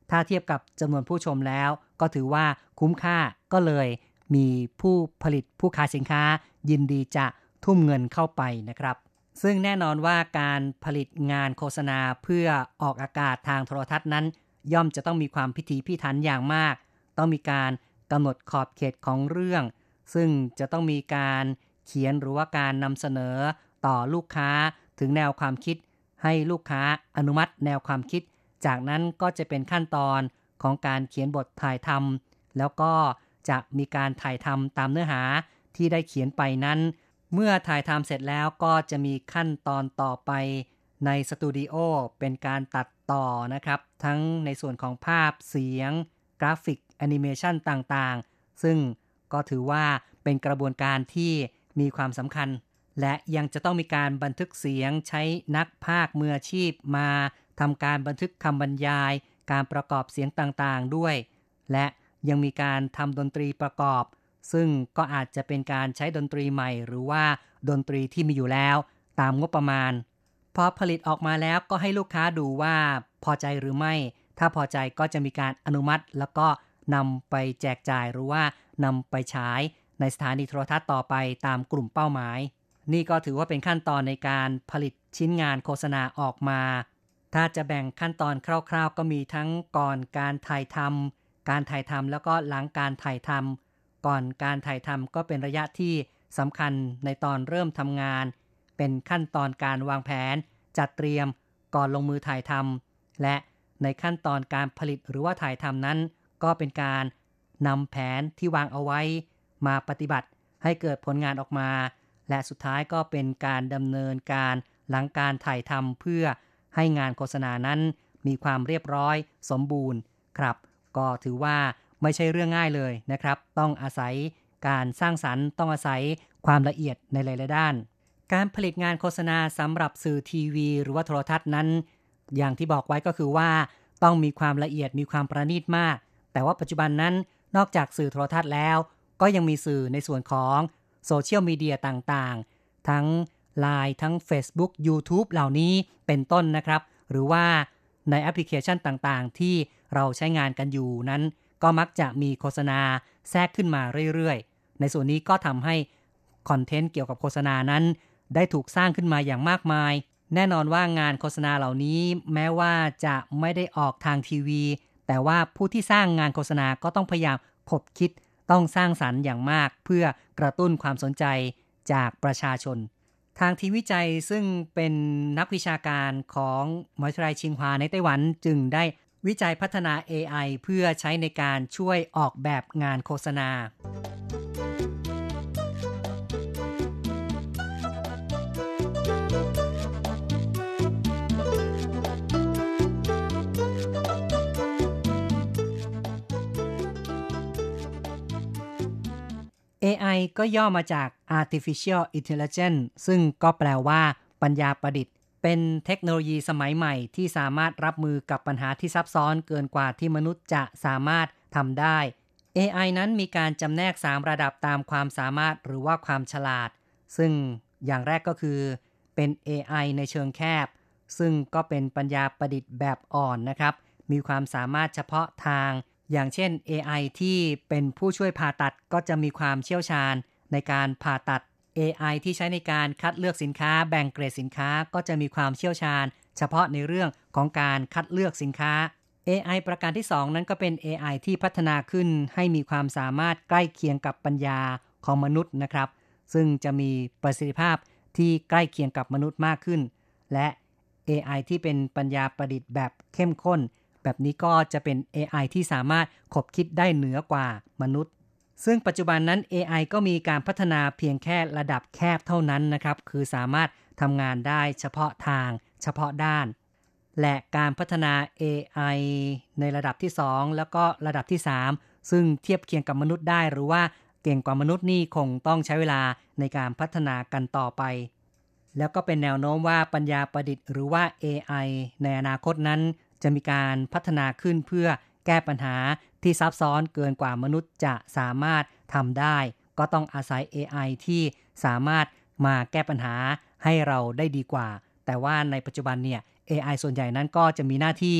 ถ้าเทียบกับจำนวนผู้ชมแล้วก็ถือว่าคุ้มค่าก็เลยมีผู้ผลิตผู้ขายสินค้ายินดีจะทุ่มเงินเข้าไปนะครับซึ่งแน่นอนว่าการผลิตงานโฆษณาเพื่อออกอากาศทางโทรทัศน์นั้นย่อมจะต้องมีความพิถีพิถันอย่างมากต้องมีการกำหนดขอบเขตของเรื่องซึ่งจะต้องมีการเขียนหรือว่าการนำเสนอต่อลูกค้าถึงแนวความคิดให้ลูกค้าอนุมัติแนวความคิดจากนั้นก็จะเป็นขั้นตอนของการเขียนบทถ่ายทำแล้วก็จะมีการถ่ายทำตามเนื้อหาที่ได้เขียนไปนั้นเมื่อถ่ายทำเสร็จแล้วก็จะมีขั้นตอนต่อไปในสตูดิโอเป็นการตัดต่อนะครับทั้งในส่วนของภาพเสียงกราฟิกแอนิเมชันต่างๆซึ่งก็ถือว่าเป็นกระบวนการที่มีความสำคัญและยังจะต้องมีการบันทึกเสียงใช้นักพากย์มืออาชีพมาทำการบันทึกคำบรรยายการประกอบเสียงต่างๆด้วยและยังมีการทำดนตรีประกอบซึ่งก็อาจจะเป็นการใช้ดนตรีใหม่หรือว่าดนตรีที่มีอยู่แล้วตามงบประมาณพอผลิตออกมาแล้วก็ให้ลูกค้าดูว่าพอใจหรือไม่ถ้าพอใจก็จะมีการอนุมัติแล้วก็นำไปแจกจ่ายหรือว่านำไปฉายในสถานีโทรทัศน์ต่อไปตามกลุ่มเป้าหมายนี่ก็ถือว่าเป็นขั้นตอนในการผลิตชิ้นงานโฆษณาออกมาถ้าจะแบ่งขั้นตอนคร่าวๆก็มีทั้งก่อนการถ่ายทำการถ่ายทำแล้วก็หลังการถ่ายทำก่อนการถ่ายทำก็เป็นระยะที่สำคัญในตอนเริ่มทำงานเป็นขั้นตอนการวางแผนจัดเตรียมก่อนลงมือถ่ายทำและในขั้นตอนการผลิตหรือว่าถ่ายทำนั้นก็เป็นการนำแผนที่วางเอาไว้มาปฏิบัติให้เกิดผลงานออกมาและสุดท้ายก็เป็นการดำเนินการหลังการถ่ายทำเพื่อให้งานโฆษณานั้นมีความเรียบร้อยสมบูรณ์ครับก็ถือว่าไม่ใช่เรื่องง่ายเลยนะครับต้องอาศัยการสร้างสรรค์ต้องอาศัยความละเอียดในหลายๆด้านการผลิตงานโฆษณาสำหรับสื่อทีวีหรือว่าโทรทัศน์นั้นอย่างที่บอกไว้ก็คือว่าต้องมีความละเอียดมีความประณีตมากแต่ว่าปัจจุบันนั้นนอกจากสื่อโทรทัศน์แล้วก็ยังมีสื่อในส่วนของโซเชียลมีเดียต่างๆทั้ง ไลน์ ทั้ง Facebook YouTube เหล่านี้เป็นต้นนะครับหรือว่าในแอปพลิเคชันต่างๆที่เราใช้งานกันอยู่นั้นก็มักจะมีโฆษณาแทรกขึ้นมาเรื่อยๆในส่วนนี้ก็ทำให้คอนเทนต์เกี่ยวกับโฆษณานั้นได้ถูกสร้างขึ้นมาอย่างมากมายแน่นอนว่างานโฆษณาเหล่านี้แม้ว่าจะไม่ได้ออกทางทีวีแต่ว่าผู้ที่สร้างงานโฆษณาก็ต้องพยายามคบคิดต้องสร้างสรรค์อย่างมากเพื่อกระตุ้นความสนใจจากประชาชนทางทีมวิจัยซึ่งเป็นนักวิชาการของมหาวิทยาลัยชิงฮวาในไต้หวันจึงได้วิจัยพัฒนา เอ ไอ เพื่อใช้ในการช่วยออกแบบงานโฆษณาเอ ไอ ก็ย่อมาจาก Artificial Intelligence ซึ่งก็แปลว่าปัญญาประดิษฐ์เป็นเทคโนโลยีสมัยใหม่ที่สามารถรับมือกับปัญหาที่ซับซ้อนเกินกว่าที่มนุษย์จะสามารถทำได้ เอ ไอ นั้นมีการจำแนกสามระดับตามความสามารถหรือว่าความฉลาดซึ่งอย่างแรกก็คือเป็น เอ ไอ ในเชิงแคบซึ่งก็เป็นปัญญาประดิษฐ์แบบอ่อนนะครับมีความสามารถเฉพาะทางอย่างเช่น เอ ไอ ที่เป็นผู้ช่วยผ่าตัดก็จะมีความเชี่ยวชาญในการผ่าตัด เอ ไอ ที่ใช้ในการคัดเลือกสินค้าแบ่งเกรดสินค้าก็จะมีความเชี่ยวชาญเฉพาะในเรื่องของการคัดเลือกสินค้า เอ ไอ ประการที่สองนั้นก็เป็น เอ ไอ ที่พัฒนาขึ้นให้มีความสามารถใกล้เคียงกับปัญญาของมนุษย์นะครับซึ่งจะมีประสิทธิภาพที่ใกล้เคียงกับมนุษย์มากขึ้นและ เอ ไอ ที่เป็นปัญญาประดิษฐ์แบบเข้มข้นแบบนี้ก็จะเป็น เอ ไอ ที่สามารถคบคิดได้เหนือกว่ามนุษย์ซึ่งปัจจุบันนั้น เอ ไอ ก็มีการพัฒนาเพียงแค่ระดับแคบเท่านั้นนะครับคือสามารถทำงานได้เฉพาะทางเฉพาะด้านและการพัฒนา เอ ไอ ในระดับที่สองแล้วก็ระดับที่สามซึ่งเทียบเคียงกับมนุษย์ได้หรือว่าเก่งกว่ามนุษย์นี่คงต้องใช้เวลาในการพัฒนากันต่อไปแล้วก็เป็นแนวโน้มว่าปัญญาประดิษฐ์หรือว่า เอ ไอ ในอนาคตนั้นจะมีการพัฒนาขึ้นเพื่อแก้ปัญหาที่ซับซ้อนเกินกว่ามนุษย์จะสามารถทำได้ก็ต้องอาศัย เอ ไอ ที่สามารถมาแก้ปัญหาให้เราได้ดีกว่าแต่ว่าในปัจจุบันเนี่ย เอ ไอ ส่วนใหญ่นั้นก็จะมีหน้าที่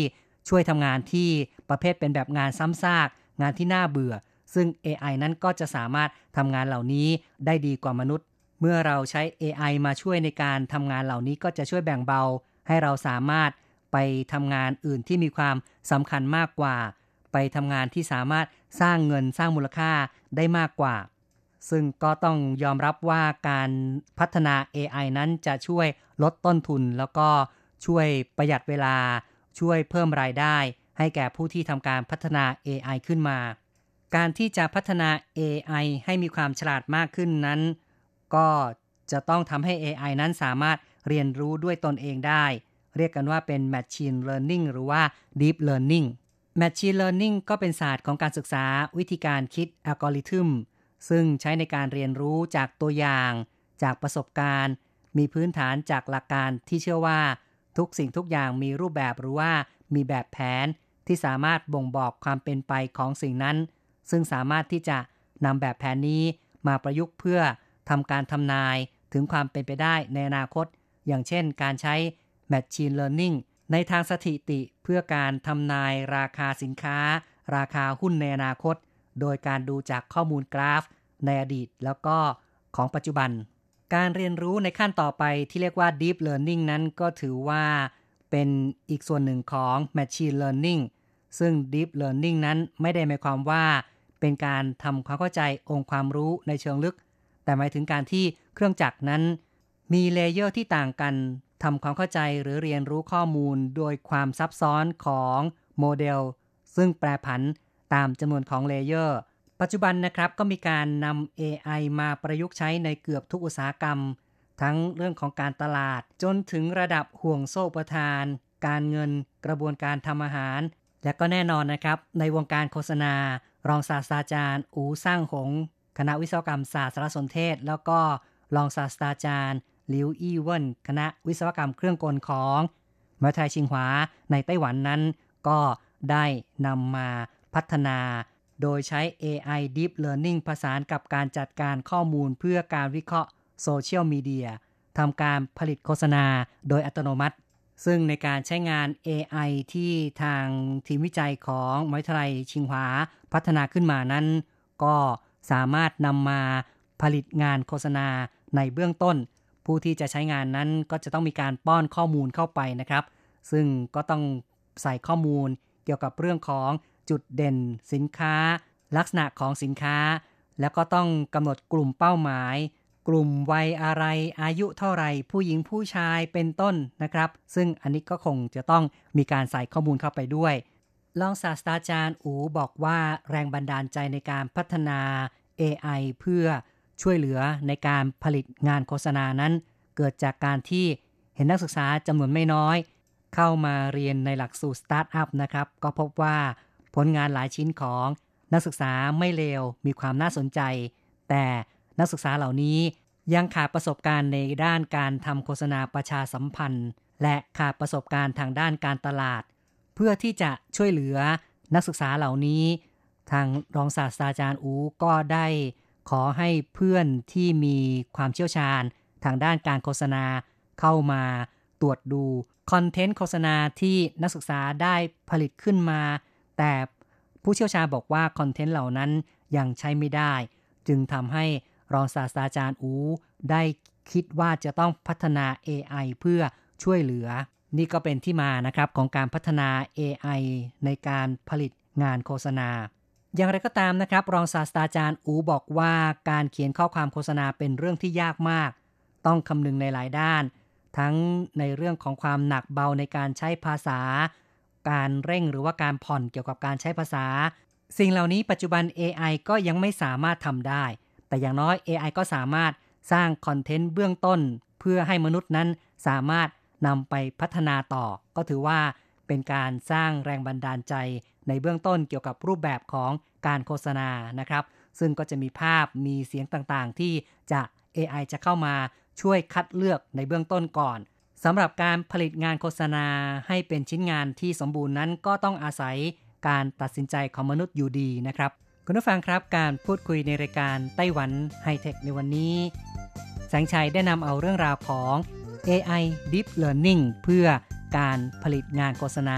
ช่วยทำงานที่ประเภทเป็นแบบงานซ้ำซากงานที่น่าเบื่อซึ่ง เอ ไอ นั้นก็จะสามารถทำงานเหล่านี้ได้ดีกว่ามนุษย์เมื่อเราใช้ เอ ไอ มาช่วยในการทำงานเหล่านี้ก็จะช่วยแบ่งเบาให้เราสามารถไปทำงานอื่นที่มีความสำคัญมากกว่าไปทำงานที่สามารถสร้างเงินสร้างมูลค่าได้มากกว่าซึ่งก็ต้องยอมรับว่าการพัฒนา เอ ไอ นั้นจะช่วยลดต้นทุนแล้วก็ช่วยประหยัดเวลาช่วยเพิ่มรายได้ให้แก่ผู้ที่ทำการพัฒนา เอ ไอ ขึ้นมาการที่จะพัฒนา เอ ไอ ให้มีความฉลาดมากขึ้นนั้นก็จะต้องทำให้ เอ ไอ นั้นสามารถเรียนรู้ด้วยตนเองได้เรียกกันว่าเป็น Machine Learning หรือว่า Deep Learning Machine Learning ก็เป็นศาสตร์ของการศึกษาวิธีการคิดอัลกอริทึมซึ่งใช้ในการเรียนรู้จากตัวอย่างจากประสบการณ์มีพื้นฐานจากหลักการที่เชื่อว่าทุกสิ่งทุกอย่างมีรูปแบบหรือว่ามีแบบแผนที่สามารถบ่งบอกความเป็นไปของสิ่งนั้นซึ่งสามารถที่จะนำแบบแผนนี้มาประยุกต์เพื่อทำการทำนายถึงความเป็นไปได้ในอนาคตอย่างเช่นการใช้ Machine Learning ในทางสถิติเพื่อการทำนายราคาสินค้าราคาหุ้นในอนาคตโดยการดูจากข้อมูลกราฟในอดีตแล้วก็ของปัจจุบันการเรียนรู้ในขั้นต่อไปที่เรียกว่า Deep Learning นั้นก็ถือว่าเป็นอีกส่วนหนึ่งของ Machine Learning ซึ่ง Deep Learning นั้นไม่ได้หมายความว่าเป็นการทำความเข้าใจองค์ความรู้ในเชิงลึกแต่หมายถึงการที่เครื่องจักรนั้นมีเลเยอร์ที่ต่างกันทำความเข้าใจหรือเรียนรู้ข้อมูลโดยความซับซ้อนของโมเดลซึ่งแปรผันตามจำนวนของเลเยอร์ปัจจุบันนะครับก็มีการนำ เอ ไอ มาประยุกต์ใช้ในเกือบทุกอุตสาหกรรมทั้งเรื่องของการตลาดจนถึงระดับห่วงโซ่อุปทานการเงินกระบวนการทำอาหารและก็แน่นอนนะครับในวงการโฆษณารองศาสตราจารย์อู๋ซ่างหงคณะวิศวกรรมศาสตร์สารสนเทศแล้วก็รองศาสตราจารย์หลิวอี้เวินคณะวิศวกรรมเครื่องกลของมหาวิทยาลัยชิงหวาในไต้หวันนั้นก็ได้นำมาพัฒนาโดยใช้ เอ ไอ Deep Learning ผสานกับการจัดการข้อมูลเพื่อการวิเคราะห์โซเชียลมีเดียทำการผลิตโฆษณาโดยอัตโนมัติซึ่งในการใช้งาน เอ ไอ ที่ทางทีมวิจัยของมหาวิทยาลัยชิงหวาพัฒนาขึ้นมานั้นก็สามารถนำมาผลิตงานโฆษณาในเบื้องต้นผู้ที่จะใช้งานนั้นก็จะต้องมีการป้อนข้อมูลเข้าไปนะครับซึ่งก็ต้องใส่ข้อมูลเกี่ยวกับเรื่องของจุดเด่นสินค้าลักษณะของสินค้าแล้วก็ต้องกำหนดกลุ่มเป้าหมายกลุ่มวัยอะไรอายุเท่าไหร่ผู้หญิงผู้ชายเป็นต้นนะครับซึ่งอันนี้ก็คงจะต้องมีการใส่ข้อมูลเข้าไปด้วยรองศาสตราจารย์อู๋บอกว่าแรงบันดาลใจในการพัฒนา เอ ไอ เพื่อช่วยเหลือในการผลิตงานโฆษณานั้นเกิดจากการที่เห็นนักศึกษาจำนวนไม่น้อยเข้ามาเรียนในหลักสูตรสตาร์ทอัพนะครับก็พบว่าผลงานหลายชิ้นของนักศึกษาไม่เลวมีความน่าสนใจแต่นักศึกษาเหล่านี้ยังขาดประสบการณ์ในด้านการทำโฆษณาประชาสัมพันธ์และขาดประสบการณ์ทางด้านการตลาดเพื่อที่จะช่วยเหลือนักศึกษาเหล่านี้ทางรองศาสตราจารย์อูก็ได้ขอให้เพื่อนที่มีความเชี่ยวชาญทางด้านการโฆษณาเข้ามาตรวจดูคอนเทนต์โฆษณาที่นักศึกษาได้ผลิตขึ้นมาแต่ผู้เชี่ยวชาญบอกว่าคอนเทนต์เหล่านั้นยังใช้ไม่ได้จึงทำให้รองศาสตราจารย์อูได้คิดว่าจะต้องพัฒนา เอ ไอ เพื่อช่วยเหลือนี่ก็เป็นที่มานะครับของการพัฒนา เอ ไอ ในการผลิตงานโฆษณาอย่างไรก็ตามนะครับรองศาสตราจารย์อูบอกว่าการเขียนข้อความโฆษณาเป็นเรื่องที่ยากมากต้องคำนึงในหลายด้านทั้งในเรื่องของความหนักเบาในการใช้ภาษาการเร่งหรือว่าการผ่อนเกี่ยวกับการใช้ภาษาสิ่งเหล่านี้ปัจจุบัน เอ ไอ ก็ยังไม่สามารถทำได้แต่อย่างน้อย เอ ไอ ก็สามารถสร้างคอนเทนต์เบื้องต้นเพื่อให้มนุษย์นั้นสามารถนำไปพัฒนาต่อก็ถือว่าเป็นการสร้างแรงบันดาลใจในเบื้องต้นเกี่ยวกับรูปแบบของการโฆษณานะครับซึ่งก็จะมีภาพมีเสียงต่างๆที่จะ เอ ไอ จะเข้ามาช่วยคัดเลือกในเบื้องต้นก่อนสำหรับการผลิตงานโฆษณาให้เป็นชิ้นงานที่สมบูรณ์นั้นก็ต้องอาศัยการตัดสินใจของมนุษย์อยู่ดีนะครับคุณผู้ฟังครับการพูดคุยในรายการไต้หวันไฮเทคในวันนี้แสงชัยได้นำเอาเรื่องราวของ เอ ไอ Deep Learning เพื่อการผลิตงานโฆษณา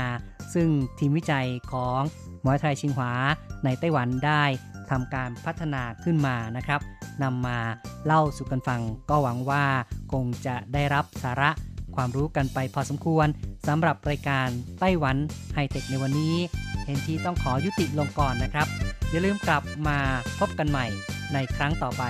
ซึ่งทีมวิจัยของมหาวิทยาลัยชิงหวาในไต้หวันได้ทำการพัฒนาขึ้นมานะครับนำมาเล่าสู่กันฟังก็หวังว่าคงจะได้รับสาระความรู้กันไปพอสมควรสำหรับรายการไต้หวันไฮเทคในวันนี้เห็นทีต้องขอยุติลงก่อนนะครับอย่าลืมกลับมาพบกันใหม่ในครั้งต่อไป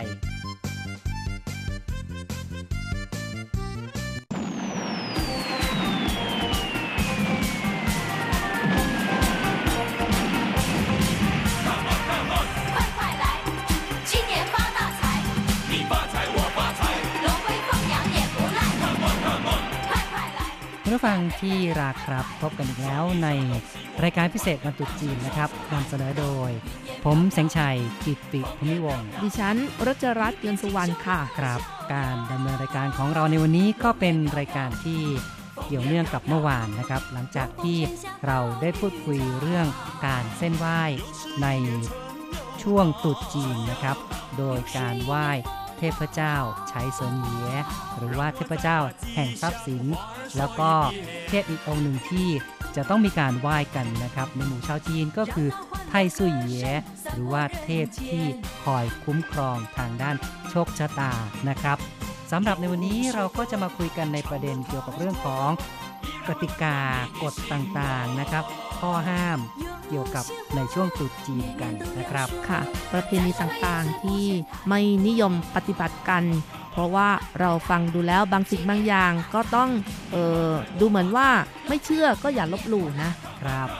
ผู้ฟังที่รักครับพบกันอีกแล้วในรายการพิเศษวันตรุษจีนนะครับนำเสนอโดยผมแสงชัยกิตติภูมิวงศ์ดิฉันรัชรัตน์เยือนสุวรรณค่ะครับการดำเนินรายการของเราในวันนี้ก็เป็นรายการที่เกี่ยวเนื่องกับเมื่อวานนะครับหลังจากที่เราได้พูดคุยเรื่องการเส้นไหว้ในช่วงตรุษจีนนะครับโดยการไหว้เทพเจ้าไฉเซินเหยียหรือว่าเทพเจ้าแห่งทรัพย์สินแล้วก็เทพอีกองค์หนึ่งที่จะต้องมีการไหว้กันนะครับในหมู่ชาวจีนก็คือไทซุยเหยียหรือว่าเทพที่คอยคุ้มครองทางด้านโชคชะตานะครับสำหรับในวันนี้เราก็จะมาคุยกันในประเด็นเกี่ยวกับเรื่องของกติกากฎต่างๆนะครับข้อห้ามเกี่ยวกับในช่วงตรุษจีนกันนะครับค่ะประเพณีต่างๆที่ไม่นิยมปฏิบัติกันเพราะว่าเราฟังดูแล้วบางสิ่งบางอย่างก็ต้องเอ่อดูเหมือนว่าไม่เชื่อก็อย่าลบหลู่นะครับ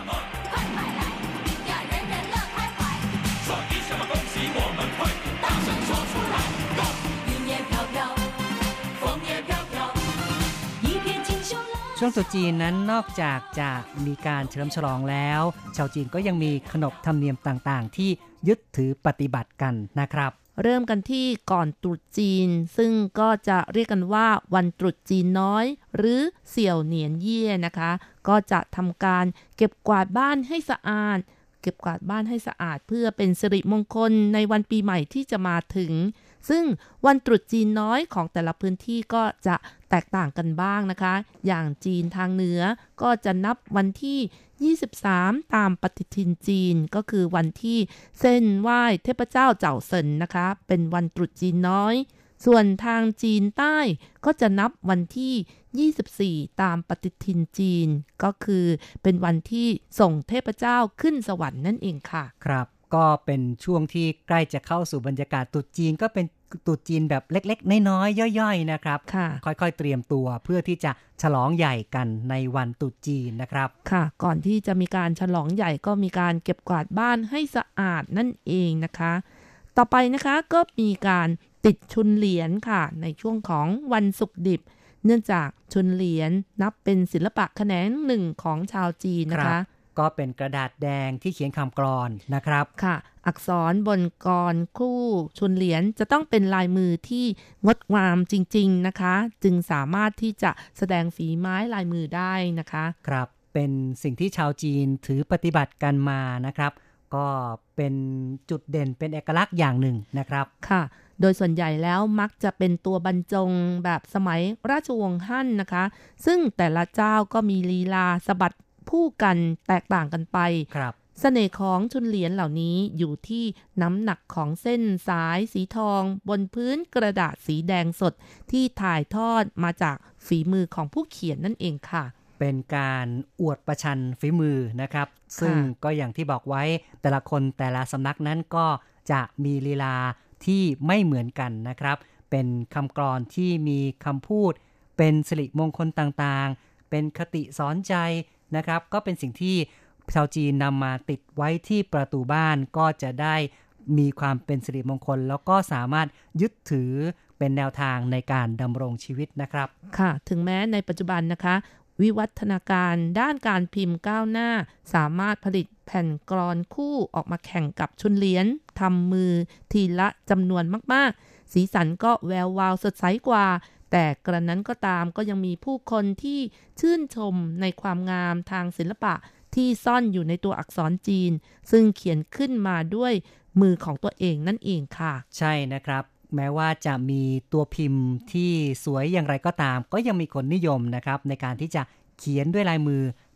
ช่วงตรุษจีนนั้นนอกจากจะมีการเฉลิมฉลองแล้วชาวจีนก็ยังมีขนบธรรมเนียมต่างๆที่ยึดถือปฏิบัติกันนะครับเริ่มกันที่ก่อนตรุษจีนซึ่งก็จะเรียกกันว่าวันตรุษจีนน้อยหรือเสี่ยวเหนียนเย่นะคะก็จะทำการเก็บกวาดบ้านให้สะอาดเก็บกวาดบ้านให้สะอาดเพื่อเป็นสิริมงคลในวันปีใหม่ที่จะมาถึงซึ่งวันตรุษจีนน้อยของแต่ละพื้นที่ก็จะแตกต่างกันบ้างนะคะอย่างจีนทางเหนือก็จะนับวันที่ยี่สิบสามตามปฏิทินจีนก็คือวันที่เส้นไหว้เทพเจ้าเจ้าเซินนะคะเป็นวันตรุษจีนน้อยส่วนทางจีนใต้ก็จะนับวันที่ยี่สิบสี่ตามปฏิทินจีนก็คือเป็นวันที่ส่งเทพเจ้าขึ้นสวรรค์นั่นเองค่ะครับก็เป็นช่วงที่ใกล้จะเข้าสู่บรรยากาศตรุษจีนก็เป็นตรุษจีนแบบเล็กๆน้อยๆย่อยๆนะครับค่อยๆเตรียมตัวเพื่อที่จะฉลองใหญ่กันในวันตรุษจีนนะครับค่ะก่อนที่จะมีการฉลองใหญ่ก็มีการเก็บกวาดบ้านให้สะอาดนั่นเองนะคะต่อไปนะคะก็มีการติดชุนเหรียญค่ะในช่วงของวันศุกร์ดิบเนื่องจากชุนเหรียญนับเป็นศิลปะแขนงหนึ่งของชาวจีนนะคะก็เป็นกระดาษแดงที่เขียนคำกลอนนะครับค่ะอักษรบนกรคู่ชุนเหรียญจะต้องเป็นลายมือที่งดงามจริงๆนะคะจึงสามารถที่จะแสดงฝีไม้ลายมือได้นะคะครับเป็นสิ่งที่ชาวจีนถือปฏิบัติกันมานะครับก็เป็นจุดเด่นเป็นเอกลักษณ์อย่างหนึ่งนะครับค่ะโดยส่วนใหญ่แล้วมักจะเป็นตัวบรรจงแบบสมัยราชวงศ์ฮั่นนะคะซึ่งแต่ละเจ้าก็มีลีลาสะบัดผู้กันแตกต่างกันไปครับเสน่ห์ของชุนเหรียญเหล่านี้อยู่ที่น้ำหนักของเส้นสายสีทองบนพื้นกระดาษสีแดงสดที่ถ่ายทอดมาจากฝีมือของผู้เขียนนั่นเองค่ะเป็นการอวดประชันฝีมือนะครับซึ่งก็อย่างที่บอกไว้แต่ละคนแต่ละสำนักนั้นก็จะมีลีลาที่ไม่เหมือนกันนะครับเป็นคำกลอนที่มีคำพูดเป็นสิริมงคลต่างๆเป็นคติสอนใจนะครับก็เป็นสิ่งที่ชาวจีนนำมาติดไว้ที่ประตูบ้านก็จะได้มีความเป็นสิริมงคลแล้วก็สามารถยึดถือเป็นแนวทางในการดำรงชีวิตนะครับค่ะถึงแม้ในปัจจุบันนะคะวิวัฒนาการด้านการพิมพ์ก้าวหน้าสามารถผลิตแผ่นกลอนคู่ออกมาแข่งกับชุนเหรียญทำมือทีละจำนวนมากๆสีสันก็แวววาวสดใสกว่าแต่กระนั้นก็ตามก็ยังมีผู้คนที่ชื่นชมในความงามทางศิลปะที่ซ่อนอยู่ในตัวอักษรจีนซึ่งเขียนขึ้นมาด้วยมือของตัวเองนั่นเองค่ะใช่นะครับแม้ว่าจะมีตัวพิมพ์ที่สวยอย่างไรก็ตามก็ยังมีคนนิยมนะครับในการที่จะเขียนด้วยลายมือ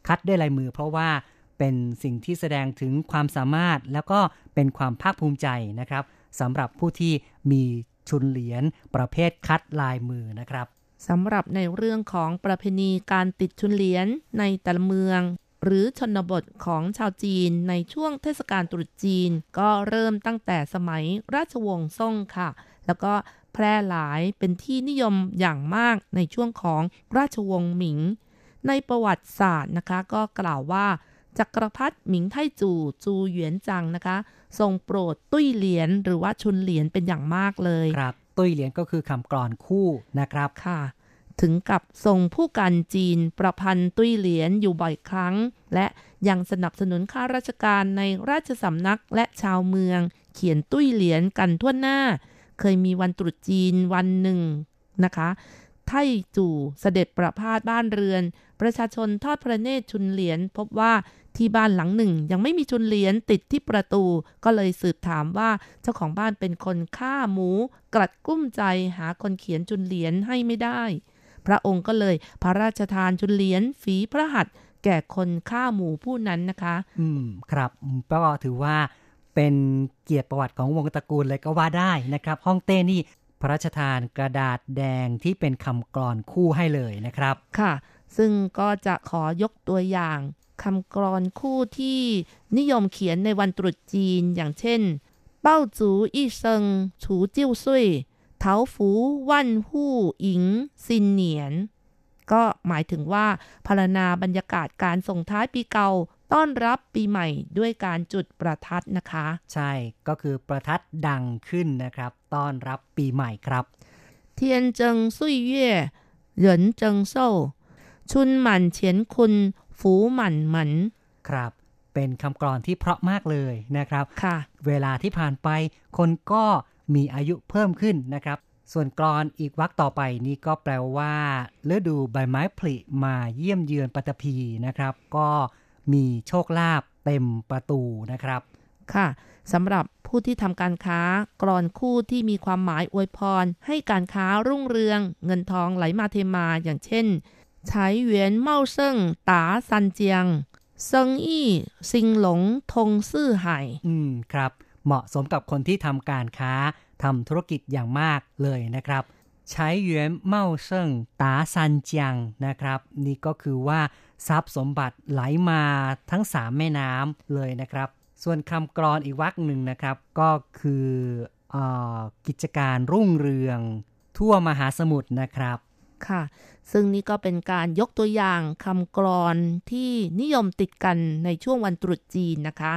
คัดด้วยลายมือเพราะว่าเป็นสิ่งที่แสดงถึงความสามารถแล้วก็เป็นความภาคภูมิใจนะครับสำหรับผู้ที่มีชุนเหรียญประเภทคัดลายมือนะครับสำหรับในเรื่องของประเพณีการติดชุนเหรียญในแต่ละเมืองหรือชนบทของชาวจีนในช่วงเทศกาลตรุษจีนก็เริ่มตั้งแต่สมัยราชวงศ์ซ่งค่ะแล้วก็แพร่หลายเป็นที่นิยมอย่างมากในช่วงของราชวงศ์หมิงในประวัติศาสตร์นะคะก็กล่าวว่าจักรพรรดิหมิงไทจู่จูเหวียนจังนะคะทรงโปรดตุ้ยเหรียญหรือว่าชุนเหรียญเป็นอย่างมากเลยครับตุ้ยเหรียญก็คือคำกลอนคู่นะครับค่ะถึงกับทรงผู้การจีนประพันธ์ตุ้ยเหรียญอยู่บ่อยครั้งและยังสนับสนุนข้าราชการในราชสำนักและชาวเมืองเขียนตุ้ยเหรียญกันทั่วหน้าเคยมีวันตรุษจีนวันหนึ่งนะคะไทจู่เสด็จประพาสบ้านเรือนประชาชนทอดพระเนตรชุนเหรียญพบว่าที่บ้านหลังหนึ่งยังไม่มีชุนเหรียญติดที่ประตูก็เลยสืบถามว่าเจ้าของบ้านเป็นคนฆ่าหมูกลัดกลุ้มใจหาคนเขียนชุนเหรียญให้ไม่ได้พระองค์ก็เลยพระราชทานชุนเหรียญฝีพระหัตถ์แก่คนฆ่าหมูผู้นั้นนะคะอืมครับก็ถือว่าเป็นเกียรติประวัติของวงตระกูลเลยก็ว่าได้นะครับฮ่องเต้นี่พระราชทานกระดาษแดงที่เป็นคำกลอนคู่ให้เลยนะครับค่ะซึ่งก็จะขอยกตัวอย่างคำกลอนคู่ที่นิยมเขียนในวันตรุษจีนอย่างเช่นเป้าจูอีเซิงฉูจิ้วซุยเถาฝูวันฮู่อิงซินเหนียนก็หมายถึงว่าพรรณนาบรรยากาศการส่งท้ายปีเก่าต้อนรับปีใหม่ด้วยการจุดประทัดนะคะใช่ก็คือประทัดดังขึ้นนะครับต้อนรับปีใหม่ครับเทียนเจิงซุยเย่เหรินเจิงโซ่ชุนหมั่นเฉียนคุณฝูหมั่นหมันครับเป็นคำกลอนที่เพราะมากเลยนะครับค่ะเวลาที่ผ่านไปคนก็มีอายุเพิ่มขึ้นนะครับส่วนกลอนอีกวรรคต่อไปนี้ก็แปลว่าฤดูใบไม้ผลิมาเยี่ยมเยือนปฐพีนะครับก็มีโชคลาภเต็มประตูนะครับค่ะสำหรับผู้ที่ทำการค้ากลอนคู่ที่มีความหมายอวยพรให้การค้ารุ่งเรืองเงินทองไหลมาเทมาอย่างเช่นไฉเหวียนเม่าเซิ่งตาซันเจียงเซิงอี้ซิงหลงทงซื่อไห่อืมครับเหมาะสมกับคนที่ทำการค้าทำธุรกิจอย่างมากเลยนะครับไฉเหวียนเม่าเซิ่งตาซันเจียงนะครับนี่ก็คือว่าทรัพย์สมบัติไหลมาทั้งสามแม่น้ำเลยนะครับส่วนคำกลอนอีกวรรคหนึ่งนะครับก็คือเอ่อกิจการรุ่งเรืองทั่วมหาสมุทรนะครับค่ะซึ่งนี่ก็เป็นการยกตัวอย่างคำกลอนที่นิยมติดกันในช่วงวันตรุษจีนนะคะ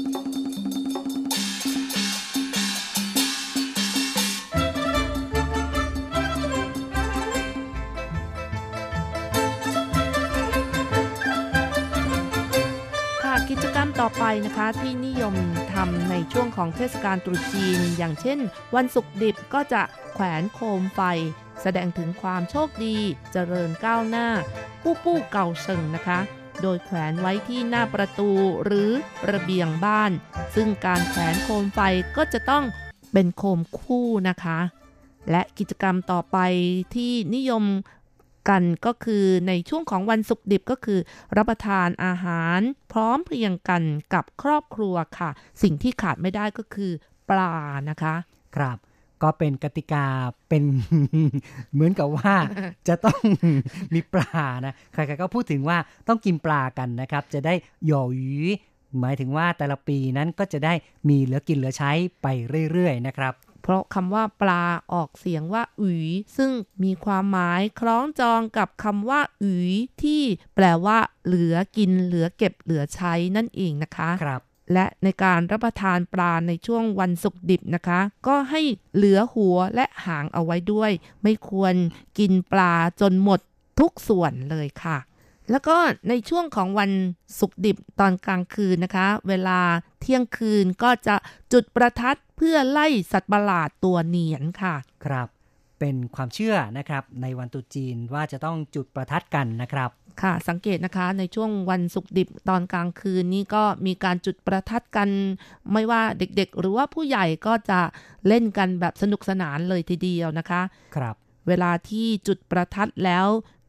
กิจกรรมต่อไปนะคะที่นิยมทำในช่วงของเทศกาลตรุษจีนอย่างเช่นวันศุกร์ดิบก็จะแขวนโคมไฟแสดงถึงความโชคดีเจริญก้าวหน้าผู้ปู้เก่าเซิงนะคะโดยแขวนไว้ที่หน้าประตูหรือระเบียงบ้านซึ่งการแขวนโคมไฟก็จะต้องเป็นโคมคู่นะคะและกิจกรรมต่อไปที่นิยมกันก็คือในช่วงของวันศุกร์ดิบก็คือรับประทานอาหารพร้อมเพรียงกันกับครอบครัวค่ะสิ่งที่ขาดไม่ได้ก็คือปลานะคะครับก็เป็นกติกาเป็น เหมือนกับว่า จะต้องมีปลานะใครๆก็พูดถึงว่าต้องกินปลากันนะครับจะได้หย่อหยีหมายถึงว่าแต่ละปีนั้นก็จะได้มีเหลือกินเหลือใช้ไปเรื่อยๆนะครับเพราะคำว่าปลาออกเสียงว่าอุ๋ยซึ่งมีความหมายคล้องจองกับคำว่าอุ๋ยที่แปลว่าเหลือกินเหลือเก็บเหลือใช้นั่นเองนะคะครับและในการรับประทานปลาในช่วงวันศุกร์ดิบนะคะก็ให้เหลือหัวและหางเอาไว้ด้วยไม่ควรกินปลาจนหมดทุกส่วนเลยค่ะแล้วก็ในช่วงของวันศุกร์ดิบตอนกลางคืนนะคะเวลาเที่ยงคืนก็จะจุดประทัดเพื่อไล่สัตว์ประหลาดตัวเหนียนค่ะครับเป็นความเชื่อนะครับในวันตรุษจีนว่าจะต้องจุดประทัดกันนะครับค่ะสังเกตนะคะในช่วงวันศุกร์ดิบตอนกลางคืนนี้ก็มีการจุดประทัดกันไม่ว่าเด็กๆหรือว่าผู้ใหญ่ก็จะเล่นกันแบบสนุกสนานเลยทีเดียวนะคะครับเวลาที่จุดประทัดแล้ว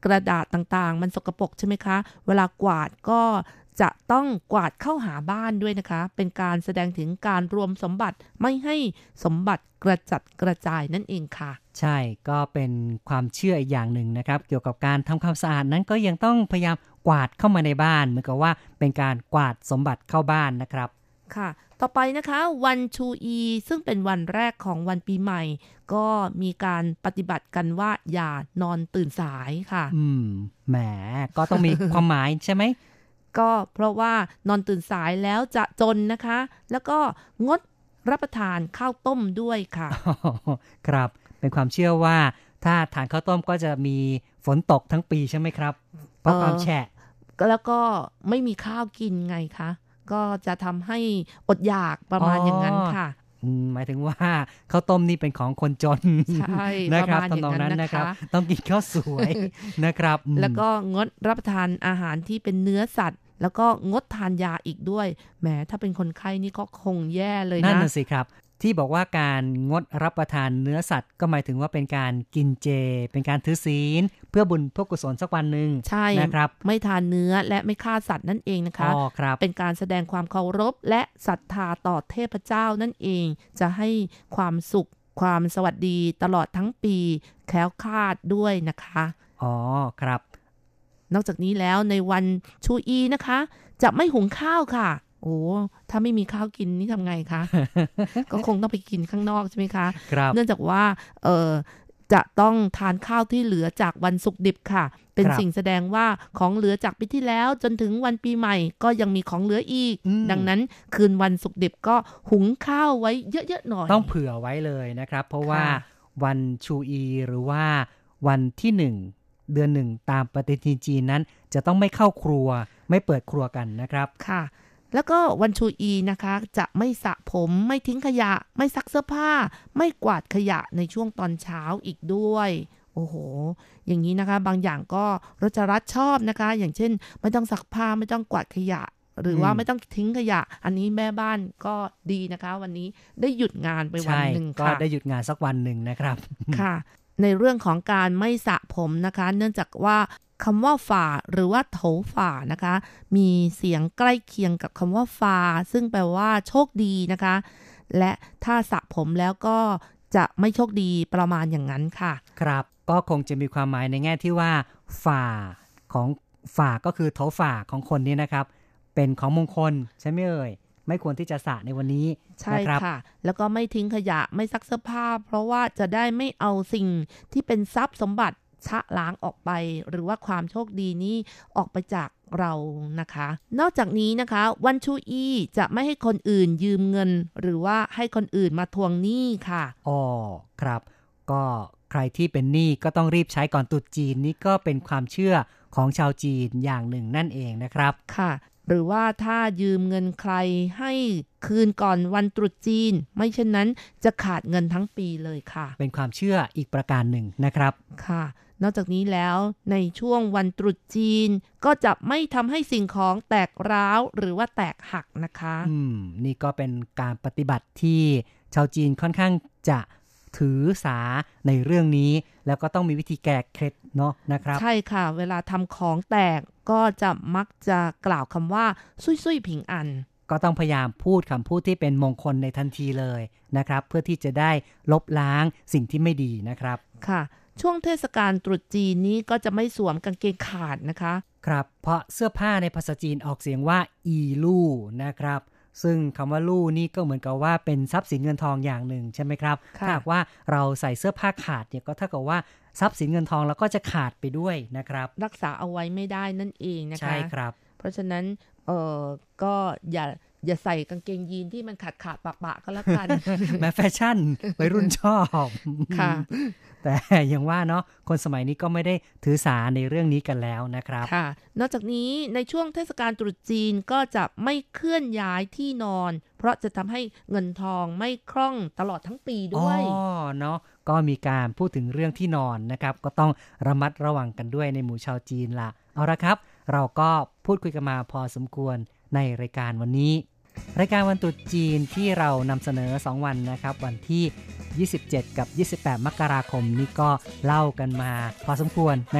กระดาษต่างๆมันสกปรกใช่ไหมคะเวลากวาดก็จะต้องกวาดเข้าหาบ้านด้วยนะคะเป็นการแสดงถึงการรวมสมบัติไม่ให้สมบัติกระจัดกระจายนั่นเองค่ะใช่ก็เป็นความเชื่ออีกอย่างหนึ่งนะครับเกี่ยวกับการทำความสะอาดนั้นก็ยังต้องพยายามกวาดเข้ามาในบ้านเหมือนกับว่าเป็นการกวาดสมบัติเข้าบ้านนะครับค่ะต่อไปนะคะวันชูอีซึ่งเป็นวันแรกของวันปีใหม่ก็มีการปฏิบัติกันว่าอย่านอนตื่นสายค่ะอืมแหมก็ต้องมี ความหมายใช่ไหมก็เพราะว่านอนตื่นสายแล้วจะจนนะคะแล้วก็งดรับประทานข้าวต้มด้วยค่ะครับเป็นความเชื่อว่าถ้าทานข้าวต้มก็จะมีฝนตกทั้งปีใช่ไหมครับเพราะความแฉะแล้วก็ไม่มีข้าวกินไงคะก็จะทำให้อดอยากประมาณอย่างนั้นค่ะหมายถึงว่าข้าวต้มนี่เป็นของคนจนใช่นะครับทำนองนั้นนะครับต้องกินข้าวสวยนะครับแล้วก็งดรับประทานอาหารที่เป็นเนื้อสัตว์แล้วก็งดทานยาอีกด้วยแหมถ้าเป็นคนไข้นี่ก็คงแย่เลยนะนั่นน่ะสิครับที่บอกว่าการงดรับประทานเนื้อสัตว์ก็หมายถึงว่าเป็นการกินเจเป็นการถือศีลเพื่อบุญเพื่อกุศลสักวันนึงใช่นะครับไม่ทานเนื้อและไม่ฆ่าสัตว์นั่นเองนะคะอ๋อครับเป็นการแสดงความเคารพและศรัทธาต่อเทพเจ้านั่นเองจะให้ความสุขความสวัสดีตลอดทั้งปีแคล้วคลาดด้วยนะคะอ๋อครับนอกจากนี้แล้วในวันชูอีนะคะจะไม่หุงข้าวค่ะโอ้ถ้าไม่มีข้าวกินนี่ทำไงคะ ก็คงต้องไปกินข้างนอกใช่ไหมคะเนื่องจากว่าเออจะต้องทานข้าวที่เหลือจากวันศุกร์ดิบค่ะเป็นสิ่งแสดงว่าของเหลือจากปีที่แล้วจนถึงวันปีใหม่ก็ยังมีของเหลืออีกดังนั้นคืนวันศุกร์ดิบก็หุงข้าวไว้เยอะๆหน่อยต้องเผื่อไว้เลยนะครับเพราะว่าวันชูอีหรือว่าวันที่หนึ่งเดือนหนึ่งตามปฏิทินจีนนั้นจะต้องไม่เข้าครัวไม่เปิดครัวกันนะครับค่ะแล้วก็วันชูอีนะคะจะไม่สระผมไม่ทิ้งขยะไม่ซักเสื้อผ้าไม่กวาดขยะในช่วงตอนเช้าอีกด้วยโอ้โหอย่างนี้นะคะบางอย่างก็รจรัสชอบนะคะอย่างเช่นไม่ต้องซักผ้าไม่ต้องกวาดขยะหรือว่าไม่ต้องทิ้งขยะอันนี้แม่บ้านก็ดีนะคะวันนี้ได้หยุดงานไปวันหนึ่งค่ะก็ได้หยุดงานสักวันหนึ่งนะครับค่ะในเรื่องของการไม่สระผมนะคะเนื่องจากว่าคำว่าฝ่าหรือว่าโถฝ่านะคะมีเสียงใกล้เคียงกับคำว่าฟาซึ่งแปลว่าโชคดีนะคะและถ้าสระผมแล้วก็จะไม่โชคดีประมาณอย่างนั้นค่ะครับก็คงจะมีความหมายในแง่ที่ว่าฝ่าของฝ่าก็คือโถฝ่าของคนนี้นะครับเป็นของมงคลใช่ไหมเอ่ยไม่ควรที่จะสระในวันนี้ใช่ค่ะแล้วก็ไม่ทิ้งขยะไม่ซักเสื้อผ้าเพราะว่าจะได้ไม่เอาสิ่งที่เป็นทรัพย์สมบัติชะล้างออกไปหรือว่าความโชคดีนี้ออกไปจากเรานะคะนอกจากนี้นะคะวันชูอีจะไม่ให้คนอื่นยืมเงินหรือว่าให้คนอื่นมาทวงหนี้ค่ะอ๋อครับก็ใครที่เป็นหนี้ก็ต้องรีบใช้ก่อนตรุษจีนนี่ก็เป็นความเชื่อของชาวจีนอย่างหนึ่งนั่นเองนะครับค่ะหรือว่าถ้ายืมเงินใครให้คืนก่อนวันตรุษจีนไม่เช่นนั้นจะขาดเงินทั้งปีเลยค่ะเป็นความเชื่ออีกประการหนึ่งนะครับค่ะนอกจากนี้แล้วในช่วงวันตรุษจีนก็จะไม่ทำให้สิ่งของแตกร้าวหรือว่าแตกหักนะคะอืมนี่ก็เป็นการปฏิบัติที่ชาวจีนค่อนข้างจะถือสาในเรื่องนี้แล้วก็ต้องมีวิธีแก้เคล็ดเนาะนะครับใช่ค่ะเวลาทำของแตกก็จะมักจะกล่าวคำว่าซุยซุยผิงอันก็ต้องพยายามพูดคำพูดที่เป็นมงคลในทันทีเลยนะครับเพื่อที่จะได้ลบล้างสิ่งที่ไม่ดีนะครับค่ะช่วงเทศกาลตรุษจีนนี้ก็จะไม่สวมกางเกงขาดนะคะครับเพราะเสื้อผ้าในภาษาจีนออกเสียงว่าอีลู่นะครับซึ่งคำว่าลู่นี่ก็เหมือนกับว่าเป็นทรัพย์สินเงินทองอย่างหนึ่งใช่ไหมครับถ้าหากว่าเราใส่เสื้อผ้าขาดเนี่ยก็เท่ากับว่าทรัพย์สินเงินทองเราก็จะขาดไปด้วยนะครับรักษาเอาไว้ไม่ได้นั่นเองนะคะใช่ครับเพราะฉะนั้นเออก็อย่าอย่าใส่กางเกงยีนที่มันขาดขาดปะปะก็แล้วกันแม้แฟชั่นวัยรุ่นชอบค่ะแต่อย่างว่าเนาะคนสมัยนี้ก็ไม่ได้ถือสาในเรื่องนี้กันแล้วนะครับค่ะนอกจากนี้ในช่วงเทศกาลตรุษจีนก็จะไม่เคลื่อนย้ายที่นอนเพราะจะทำให้เงินทองไม่คล่องตลอดทั้งปีด้วยอ๋อเนาะก็มีการพูดถึงเรื่องที่นอนนะครับก็ต้องระมัดระวังกันด้วยในหมู่ชาวจีนล่ะเอาละครับเราก็พูดคุยกันมาพอสมควรในรายการวันนี้รายการวันตรุษจีนที่เรานำเสนอสองวันนะครับวันที่ยี่สิบเจ็ดกับยี่สิบแปดมกราคมนี้ก็เล่ากันมาพอสมควรนะครับ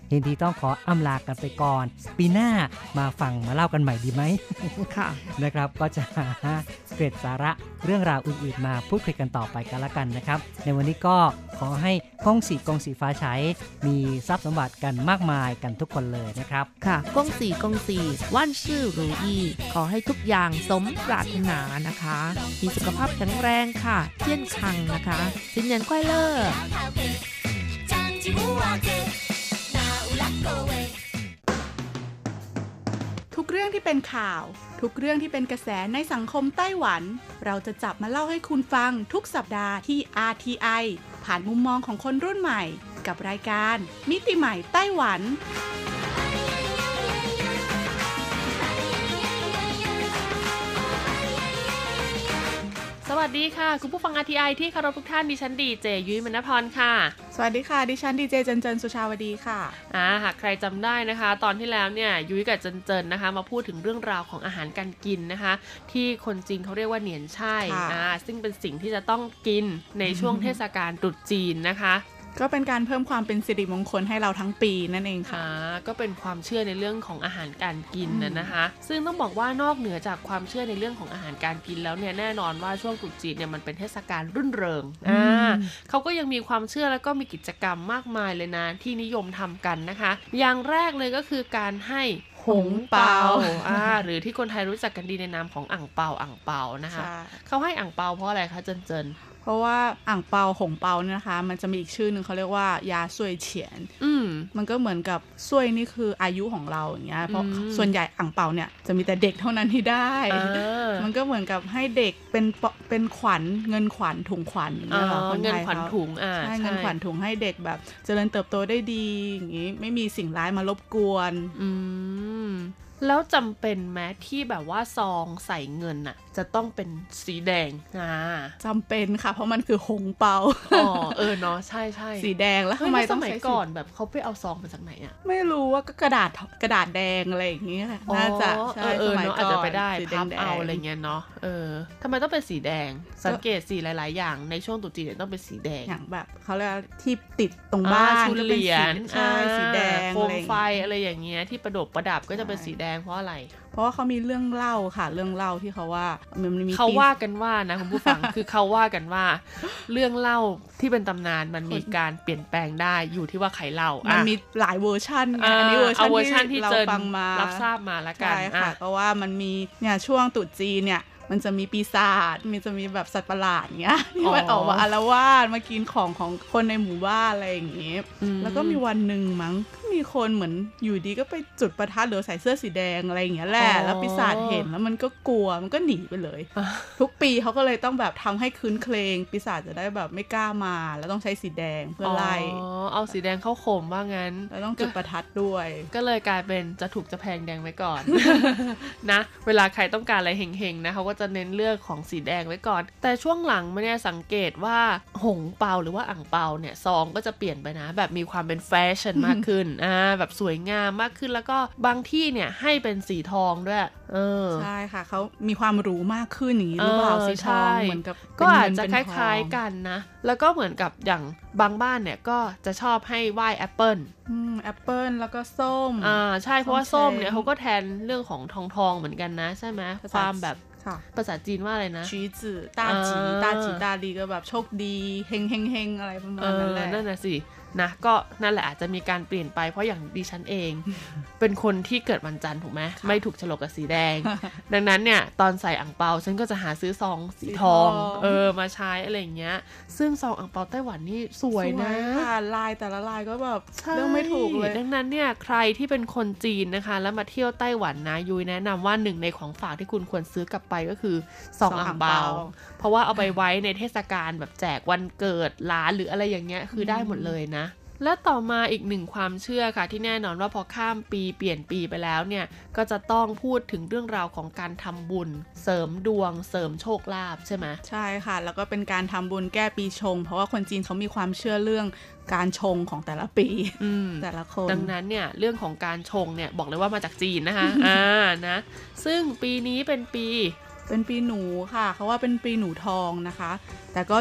เห็นทีต้องขออำลากันไปก่อนปีหน้ามาฟังมาเล่ากันใหม่ดีไหมค่ะนะครับก็จะหาเกร็ดสาระเรื่องราวอื่นๆมาพูดคุยกันต่อไปกันละกันนะครับในวันนี้ก็ขอให้กงสีกงสีฟ้าใช้มีทรัพย์สมบัติกันมากมายกันทุกคนเลยนะครับค่ะกงสีกงสีว่านชื่อรูอี้ขอให้ทุกอย่างสมปรารถนานะคะมีสุขภาพแข็งแรงค่ะเจียนคังนะคะสินเหยินควายเล่อทุกเรื่องที่เป็นข่าวทุกเรื่องที่เป็นกระแสในสังคมไต้หวันเราจะจับมาเล่าให้คุณฟังทุกสัปดาห์ที่ อาร์ ที ไอ ผ่านมุมมองของคนรุ่นใหม่กับรายการมิติใหม่ไต้หวันสวัสดีค่ะคุณผู้ฟัง อาร์ ที ไอ ที่เคารพทุกท่านดิฉันดีเจยุ้ยมณพรค่ะสวัสดีค่ะดิฉันดีเจเจนเจนสุชาวดีค่ะอ่าหากใครจำได้นะคะตอนที่แล้วเนี่ยยุ้ยกับเจนเจนนะคะมาพูดถึงเรื่องราวของอาหารการกินนะคะที่คนจีนเขาเรียกว่าเหนียนไช่อ่าซึ่งเป็นสิ่งที่จะต้องกินในช่วงเทศกาลตรุษจีนนะคะก็เป็นการเพิ่มความเป็นสิริมงคลให้เราทั้งปีนั่นเองค่ะก็เป็นความเชื่อในเรื่องของอาหารการกินนะนะคะซึ่งต้องบอกว่านอกเหนือจากความเชื่อในเรื่องของอาหารการกินแล้วเนี่ยแน่นอนว่าช่วงตรุษจีนเนี่ยมันเป็นเทศกาลรื่นเริงอ่าเขาก็ยังมีความเชื่อแล้วก็มีกิจกรรมมากมายเลยนะที่นิยมทำกันนะคะอย่างแรกเลยก็คือการให้หงเปาอ่าหรือที่คนไทยรู้จักกันดีในนามของอั่งเปาอั่งเปานะคะเขาให้อั่งเปาเพราะอะไรคะเจินเจินเพราะว่าอ่างเปาหงเปาเนี่ยนะคะมันจะมีอีกชื่อนึงเขาเรียกว่ายาซุยเฉียนอืมมันก็เหมือนกับซุยนี่คืออายุของเราอย่างเงี้ยเพราะส่วนใหญ่อ่างเปาเนี่ยจะมีแต่เด็กเท่านั้นที่ได้มันก็เหมือนกับให้เด็กเป็นเป็นขวัญเงินขวัญถุงขวัญอย่างเงี้ยค่ะคนไทยเขาใช่เงินขวัญถุงให้เด็กแบบเจริญเติบโตได้ดีอย่างงี้ไม่มีสิ่งร้ายมารบกวนอืมแล้วจำเป็นไหมที่แบบว่าซองใส่เงินน่ะจะต้องเป็นสีแดงอ่าจำเป็นค่ะเพราะมันคือหงเปาอ๋อเออเนาะใช่ใช่สีแดงแล้วทำไมต้องใช้ก่อนแบบเขาไปเอาซองมาจากไหนอ่ะไม่รู้ว่าก็กระดาษกระดาษแดงอะไรอย่างเงี้ยน่าจะใช่สมัยก่อนอาจจะไปได้พับเอาอะไรเงี้ยเนาะเออทำไมต้องเป็นสีแดงสังเกตสีหลายๆอย่างในช่วงตรุษจีนต้องเป็นสีแดงอย่างแบบเขาเรียกที่ติดตรงบ้านชุดเหรียญใช่สีแดงโคมไฟอะไรอย่างเงี้ยที่ประดับประดับก็จะเป็นสีแดงเพราะอะไรเพราะว่าเขามีเรื่องเล่าค่ะเรื่องเล่าที่เขาว่ามันมีเขาว่ากันว่านะคุณผู้ฟัง คือเขาว่ากันว่าเรื่องเล่าที่เป็นตำนานมันมีการเปลี่ยนแปลงได้อยู่ที่ว่าใครเล่ามันมีหลายเวอร์ชันไงอันนี้เวอร์ชันที่เราฟังมารับทราบมาละกันใช่ค่ะเพราะว่ามันมีเนี่ยช่วงตรุษจีนเนี่ยมันจะมีปีศาจมันจะมีแบบสัตว์ประหลาดเงี้ยที่มันออกมาอาละวาดมากินของของคนในหมู่บ้านอะไรอย่างเงี้ยแล้วก็มีวันหนึ่งมั้งมีคนเหมือนอยู่ดีก็ไปจุดประทัดหรือใส่เสื้อสีแดงอะไรอย่างเงี้ยแหละแล้วปีศาจเห็นแล้วมันก็กลัวมันก็หนีไปเลยทุกปีเขาก็เลยต้องแบบทำให้คืนเครงปีศาจจะได้แบบไม่กล้ามาแล้วต้องใช้สีแดงเพื่อไล่อ๋อเอาสีแดงเข้าข่มว่างั้นแล้วต้องจุดประทัดด้วยก็เลยกลายเป็นจะถูกจะแพงแดงไว้ก่อนนะเวลาใครต้องการอะไรเฮงๆนะเขาก็จะเน้นเลือกของสีแดงไว้ก่อนแต่ช่วงหลังมาเนี่ยสังเกตว่าหงเปาหรือว่าอั่งเปาเนี่ยซองก็จะเปลี่ยนไปนะแบบมีความเป็นแฟชั่นมากขึ้นอ่าแบบสวยงามมากขึ้นแล้วก็บางที่เนี่ยให้เป็นสีทองด้วยเออใช่ค่ะเขามีความหรูมากขึ้นอย่างนี้หรือเปล่าสีทองเหมือนกับก็อาจจะคล้ายๆกันนะแล้วก็เหมือนกับอย่างบางบ้านเนี่ยก็จะชอบให้ไหว้แอปเปิ้ลอืมแอปเปิ้ลแล้วก็ส้มอ่าใช่เพราะว่าส้มเนี่ยเขาก็แทนเรื่องของทองทองเหมือนกันนะใช่ไหมความแบบภาษาจีนว่าอะไรนะชีจื่อต้าจีต้าจีต้าดีก็แบบโชคดีเฮงเฮงเฮงอะไรประมาณนั้นแหละนั่นน่ะสินะก็นั่นแหละอาจจะมีการเปลี่ยนไปเพราะอย่างดิฉันเอง เป็นคนที่เกิดวันจันทร์ถูกไหมไม่ถูกโฉลกกับสีแดง ดังนั้นเนี่ยตอนใส่อั่งเปาฉันก็จะหาซื้อซองสีทองเออมาใช้อะไรอย่างเงี้ยซึ่งซองอั่งเปาไต้หวันนี่สวยนะลายแต่ละลายก็แบบเรื่องไม่ถูกเลยดังนั้นเนี่ยใครที่เป็นคนจีนนะคะแล้วมาเที่ยวไต้หวันนะยุ้ยแนะนำว่าหนึ่งในของฝากที่คุณควรซื้อกลับไปก็คือซองอั่งเปาเพราะว่าเอาไปไว้ในเทศกาลแบบแจกวันเกิดร้านหรืออะไรอย่างเงี้ยคือได้หมดเลยนะและต่อมาอีกหนึ่งความเชื่อค่ะที่แน่นอนว่าพอข้ามปีเปลี่ยนปีไปแล้วเนี่ยก็จะต้องพูดถึงเรื่องราวของการทำบุญเสริมดวงเสริมโชคลาภใช่ไหมใช่ค่ะแล้วก็เป็นการทำบุญแก้ปีชงเพราะว่าคนจีนเขามีความเชื่อเรื่องการชงของแต่ละปีแต่ละคนดังนั้นเนี่ยเรื่องของการชงเนี่ยบอกเลยว่ามาจากจีนนะคะ อ่านะซึ่งปีนี้เป็นปีเป็นปีหนูค่ะเขาว่าเป็นปีหนูทองนะคะแต่ก็จะ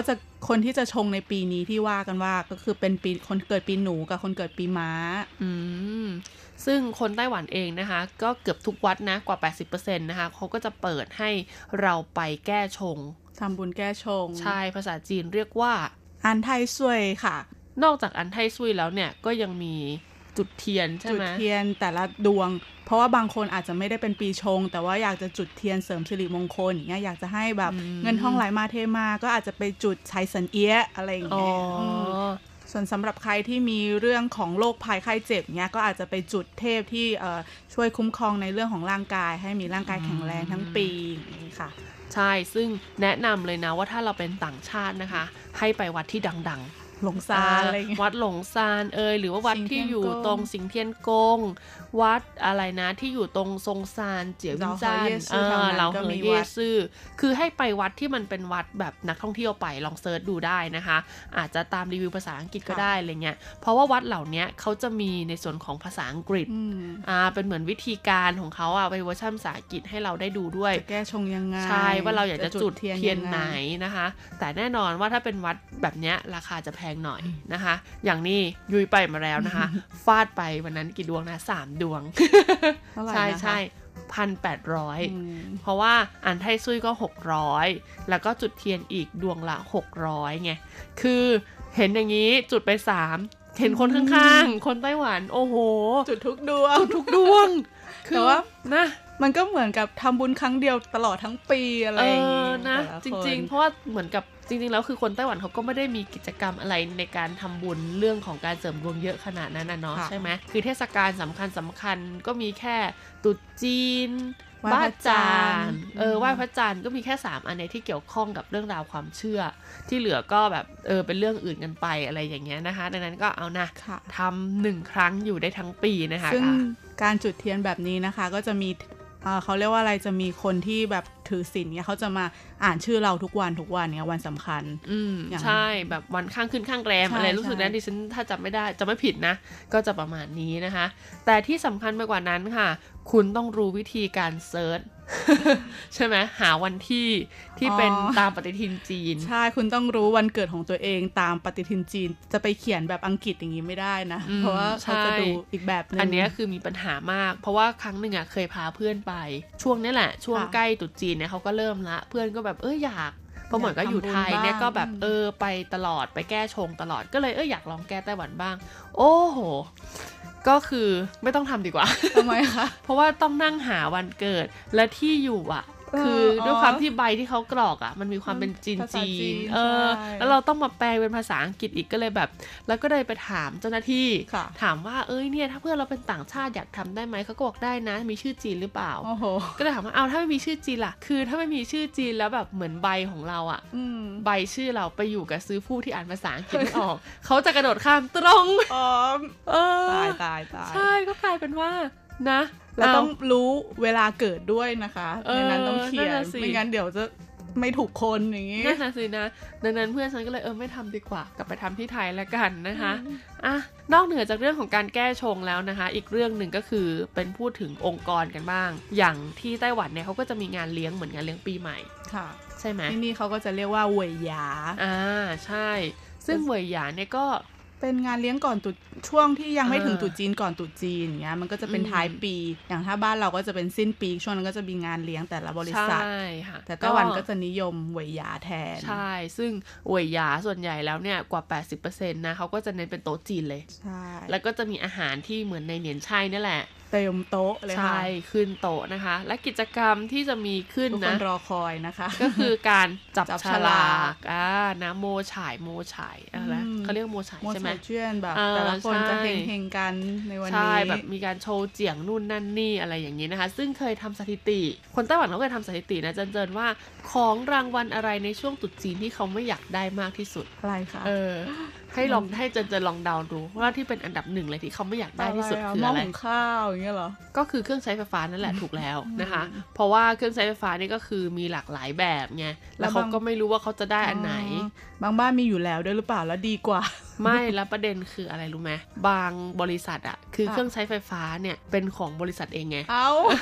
คนที่จะชงในปีนี้ที่ว่ากันว่าก็คือเป็นปีคนเกิดปีหนูกับคนเกิดปีม้าอืมซึ่งคนไต้หวันเองนะคะก็เกือบทุกวัดนะกว่า แปดสิบเปอร์เซ็นต์ นะคะเขาก็จะเปิดให้เราไปแก้ชงทำบุญแก้ชงใช่ภาษาจีนเรียกว่าอันไทซุยค่ะนอกจากอันไทซุยแล้วเนี่ยก็ยังมีจุดเทียนใช่ไหมจุดเทียนแต่ละดวงเพราะว่าบางคนอาจจะไม่ได้เป็นปีชงแต่ว่าอยากจะจุดเทียนเสริมสิริมงคลอย่างเงี้ยอยากจะให้แบบเงินทองไหลมาเทมาก็อาจจะไปจุดไฉสันเอี้ยอะไรอย่างเงี้ยส่วนสำหรับใครที่มีเรื่องของโรคภัยไข้เจ็บเงี้ยก็อาจจะไปจุดเทพที่ช่วยคุ้มครองในเรื่องของร่างกายให้มีร่างกายแข็งแรงทั้งปีค่ะใช่ซึ่งแนะนำเลยนะว่าถ้าเราเป็นต่างชาตินะคะให้ไปวัดที่ดังๆหลงซานอะไรเงี้ยวัดหลงซานเอยหรือว่าวัดที่อยู่ตรงสิงเทียนกงวัดอะไรนะที่อยู่ตรงซงซานเจี๋ยววินจานเออเราเหอเยซื่อคือให้ไปวัดที่มันเป็นวัดแบบนักท่องเที่ยวไปลองเซิร์ชดูได้นะคะอาจจะตามรีวิวภาษาอังกฤษก็ได้อะไรเงี้ยเพราะว่าวัดเหล่านี้เขาจะมีในส่วนของภาษาอังกฤษอ่าเป็นเหมือนวิธีการของเขาอ่ะเป็นเวอร์ชันภาษาอังกฤษให้เราได้ดูด้วยจะแก้ชงยังไงใช่ว่าเราอยากจะจุดเทียนไหนนะคะแต่แน่นอนว่าถ้าเป็นวัดแบบเนี้ยราคาจะแพงหน่อยนะคะอย่างนี้ยุยไปมาแล้วนะคะฟาดไปวันนั้นกี่ดวงนะสามดวงใช่ใช่พันแปดร้อยเพราะว่าอันไทซุยก็หกร้อยแล้วก็จุดเทียนอีกดวงละหกร้อยไงคือเห็นอย่างนี้จุดไปสามเห็นคนข้างๆคนไต้หวันโอ้โหจุดทุกดวงจุดทุกดวงคือว่านะมันก็เหมือนกับทำบุญครั้งเดียวตลอดทั้งปีอะไรอย่างงี้นะจริงๆเพราะว่าเหมือนกับจริงๆแล้วคือคนไต้หวันเขาก็ไม่ได้มีกิจกรรมอะไรในการทำบุญเรื่องของการเสริมดวงเยอะขนาดนั้นนะเนาะใช่ไหมคือเทศกาลสำคัญสำคัญก็มีแค่ตรุษจีนบ้าจานเออไหว้พระจันทร์ก็มีแค่สามอันนี้ที่เกี่ยวข้องกับเรื่องราวความเชื่อที่เหลือก็แบบเออเป็นเรื่องอื่นกันไปอะไรอย่างเงี้ยนะคะดังนั้นก็เอานะทำหนึ่งครั้งอยู่ได้ทั้งปีนะคะซึ่งการจุดเทียนแบบนี้นะคะก็จะมีเขาเรียกว่าอะไรจะมีคนที่แบบถือศีลเนี่ยเขาจะมาอ่านชื่อเราทุกวันทุกวันเนี่ยวันสำคัญอืมใช่แบบวันข้างขึ้นข้างแรมอะไรรู้สึกนะดิฉันถ้าจำไม่ได้จะไม่ผิดนะก็จะประมาณนี้นะคะแต่ที่สำคัญไปกว่านั้นค่ะคุณต้องรู้วิธีการเซิร์ช ใช่ไหมหาวันที่ที่เป็นตามปฏิทินจีนใช่คุณต้องรู้วันเกิดของตัวเองตามปฏิทินจีนจะไปเขียนแบบอังกฤษอย่างนี้ไม่ได้นะเพราะว่าเขาจะดูอีกแบบนึงอันนี้คือมีปัญหามากเพราะว่าครั้งหนึ่งอ่ะเคยพาเพื่อนไปช่วงนี้แหละช่วงใกล้ตรุษจีนเนี่ยเขาก็เริ่มละเพื่อนก็แบบเอออยากเพราะเหมือนก็อยู่ไทยเนี่ยก็แบบเออไปตลอดไปแก้ชงตลอดก็เลยเอออยากลองแก้ไต้หวันบ้างโอ้โหก็คือไม่ต้องทำดีกว่าทำไมคะเพราะว่าต้องนั่งหาวันเกิดและที่อยู่อ่ะคือด้วยความที่ใบที่เขากรอกอ่ะมันมีความเป็นจีนจีนเออแล้วเราต้องมาแปลเป็นภาษาอังกฤษอีกก็เลยแบบแล้วก็เลยไปถามเจ้าหน้าที่ถามว่าเอ้ยเนี่ยถ้าเพื่อนเราเป็นต่างชาติอยากทำได้ไหมเขาก็บอกได้นะมีชื่อจีนหรือเปล่าก็เลยถามว่าเอาถ้าไม่มีชื่อจีนล่ะคือถ้าไม่มีชื่อจีนแล้วแบบเหมือนใบของเราอ่ะใบชื่อเราไปอยู่กับซื้อผู้ที่อ่านภาษาอังกฤษไม่ออกเขาจะกระโดดข้ามตรงอ๋อเออตายตายตายใช่ก็กลายเป็นว่านะแล้วต้องรู้เวลาเกิดด้วยนะคะในนั้นต้องเขียนไม่งั้นเดี๋ยวจะไม่ถูกคนอย่างงี้นั่นน่ะสินะดังนั้นเพื่อนฉันก็เลยเออไม่ทำดีกว่ากลับไปทำที่ไทยแล้วกันนะคะอ่ะนอกเหนือจากเรื่องของการแก้ชงแล้วนะคะอีกเรื่องหนึ่งก็คือเป็นพูดถึงองค์กรกันบ้างอย่างที่ไต้หวันเนี่ยเขาก็จะมีงานเลี้ยงเหมือนงานเลี้ยงปีใหม่ค่ะใช่ไหมที่นี่เขาก็จะเรียกว่าเว่ยหยาอ่าใช่ซึ่งเว่ยหยาเนี่ยก็เป็นงานเลี้ยงก่อนตุช่วงที่ยังไม่ถึงตรุษจีนก่อนตรุษจีนอย่างเงี้ยมันก็จะเป็นท้ายปีอย่างถ้าบ้านเราก็จะเป็นสิ้นปีช่วงนั้นก็จะมีงานเลี้ยงแต่ละบริษัทใช่ค่ะแต่ไต้หวันก็จะนิยมเว่ยหยาแทนใช่ซึ่งเว่ยหยาส่วนใหญ่แล้วเนี่ยกว่า แปดสิบเปอร์เซ็นต์ นะเขาก็จะเน้นเป็นโต๊ะจีนเลยใช่แล้วก็จะมีอาหารที่เหมือนในเหนียนไช่นี่แหละเต็มโต๊ะเลยค่ะใช่ขึ้นโต๊ะนะคะและกิจกรรมที่จะมีขึ้นนะทุกคนรอคอยนะคะก็คือการจับฉลากอ่านะโมฉายโมฉายอะไรเขาเรียกโมฉายใช่ไหมโมฉายเชื่อนแบบแต่ละคนจะเฮงๆกันในวันนี้ใช่แบบมีการโชว์เจียงนู่นนั่นนี่อะไรอย่างนี้นะคะซึ่งเคยทำสถิติคนไต้หวันเขาเคยทำสถิตินะเจนๆว่าของรางวัลอะไรในช่วงตรุษจีนที่เขาไม่อยากได้มากที่สุดอะไรคะเออให้ลองให้เจนๆลองเดาดูว่าที่เป็นอันดับหนึ่งเลยที่เขาไม่อยากได้ที่สุดคืออะไรหม้อหุงข้าวอย่างเงี้ยเหรอก็คือเครื่องใช้ไฟฟ้านั่นแหละถูกแล้วนะคะเพราะว่าเครื่องใช้ไฟฟ้านี่ก็คือมีหลากหลายแบบไงแล้วเขาก็ไม่รู้ว่าเขาจะได้อันไหนบางบ้านมีอยู่แล้วด้วยหรือเปล่าแล้วดีกว่าไม่แล้วประเด็นคืออะไรรู้ไหมบางบริษัทอ่ะคือเครื่องใช้ไฟฟ้าเนี่ยเป็นของบริษัทเองไงเอา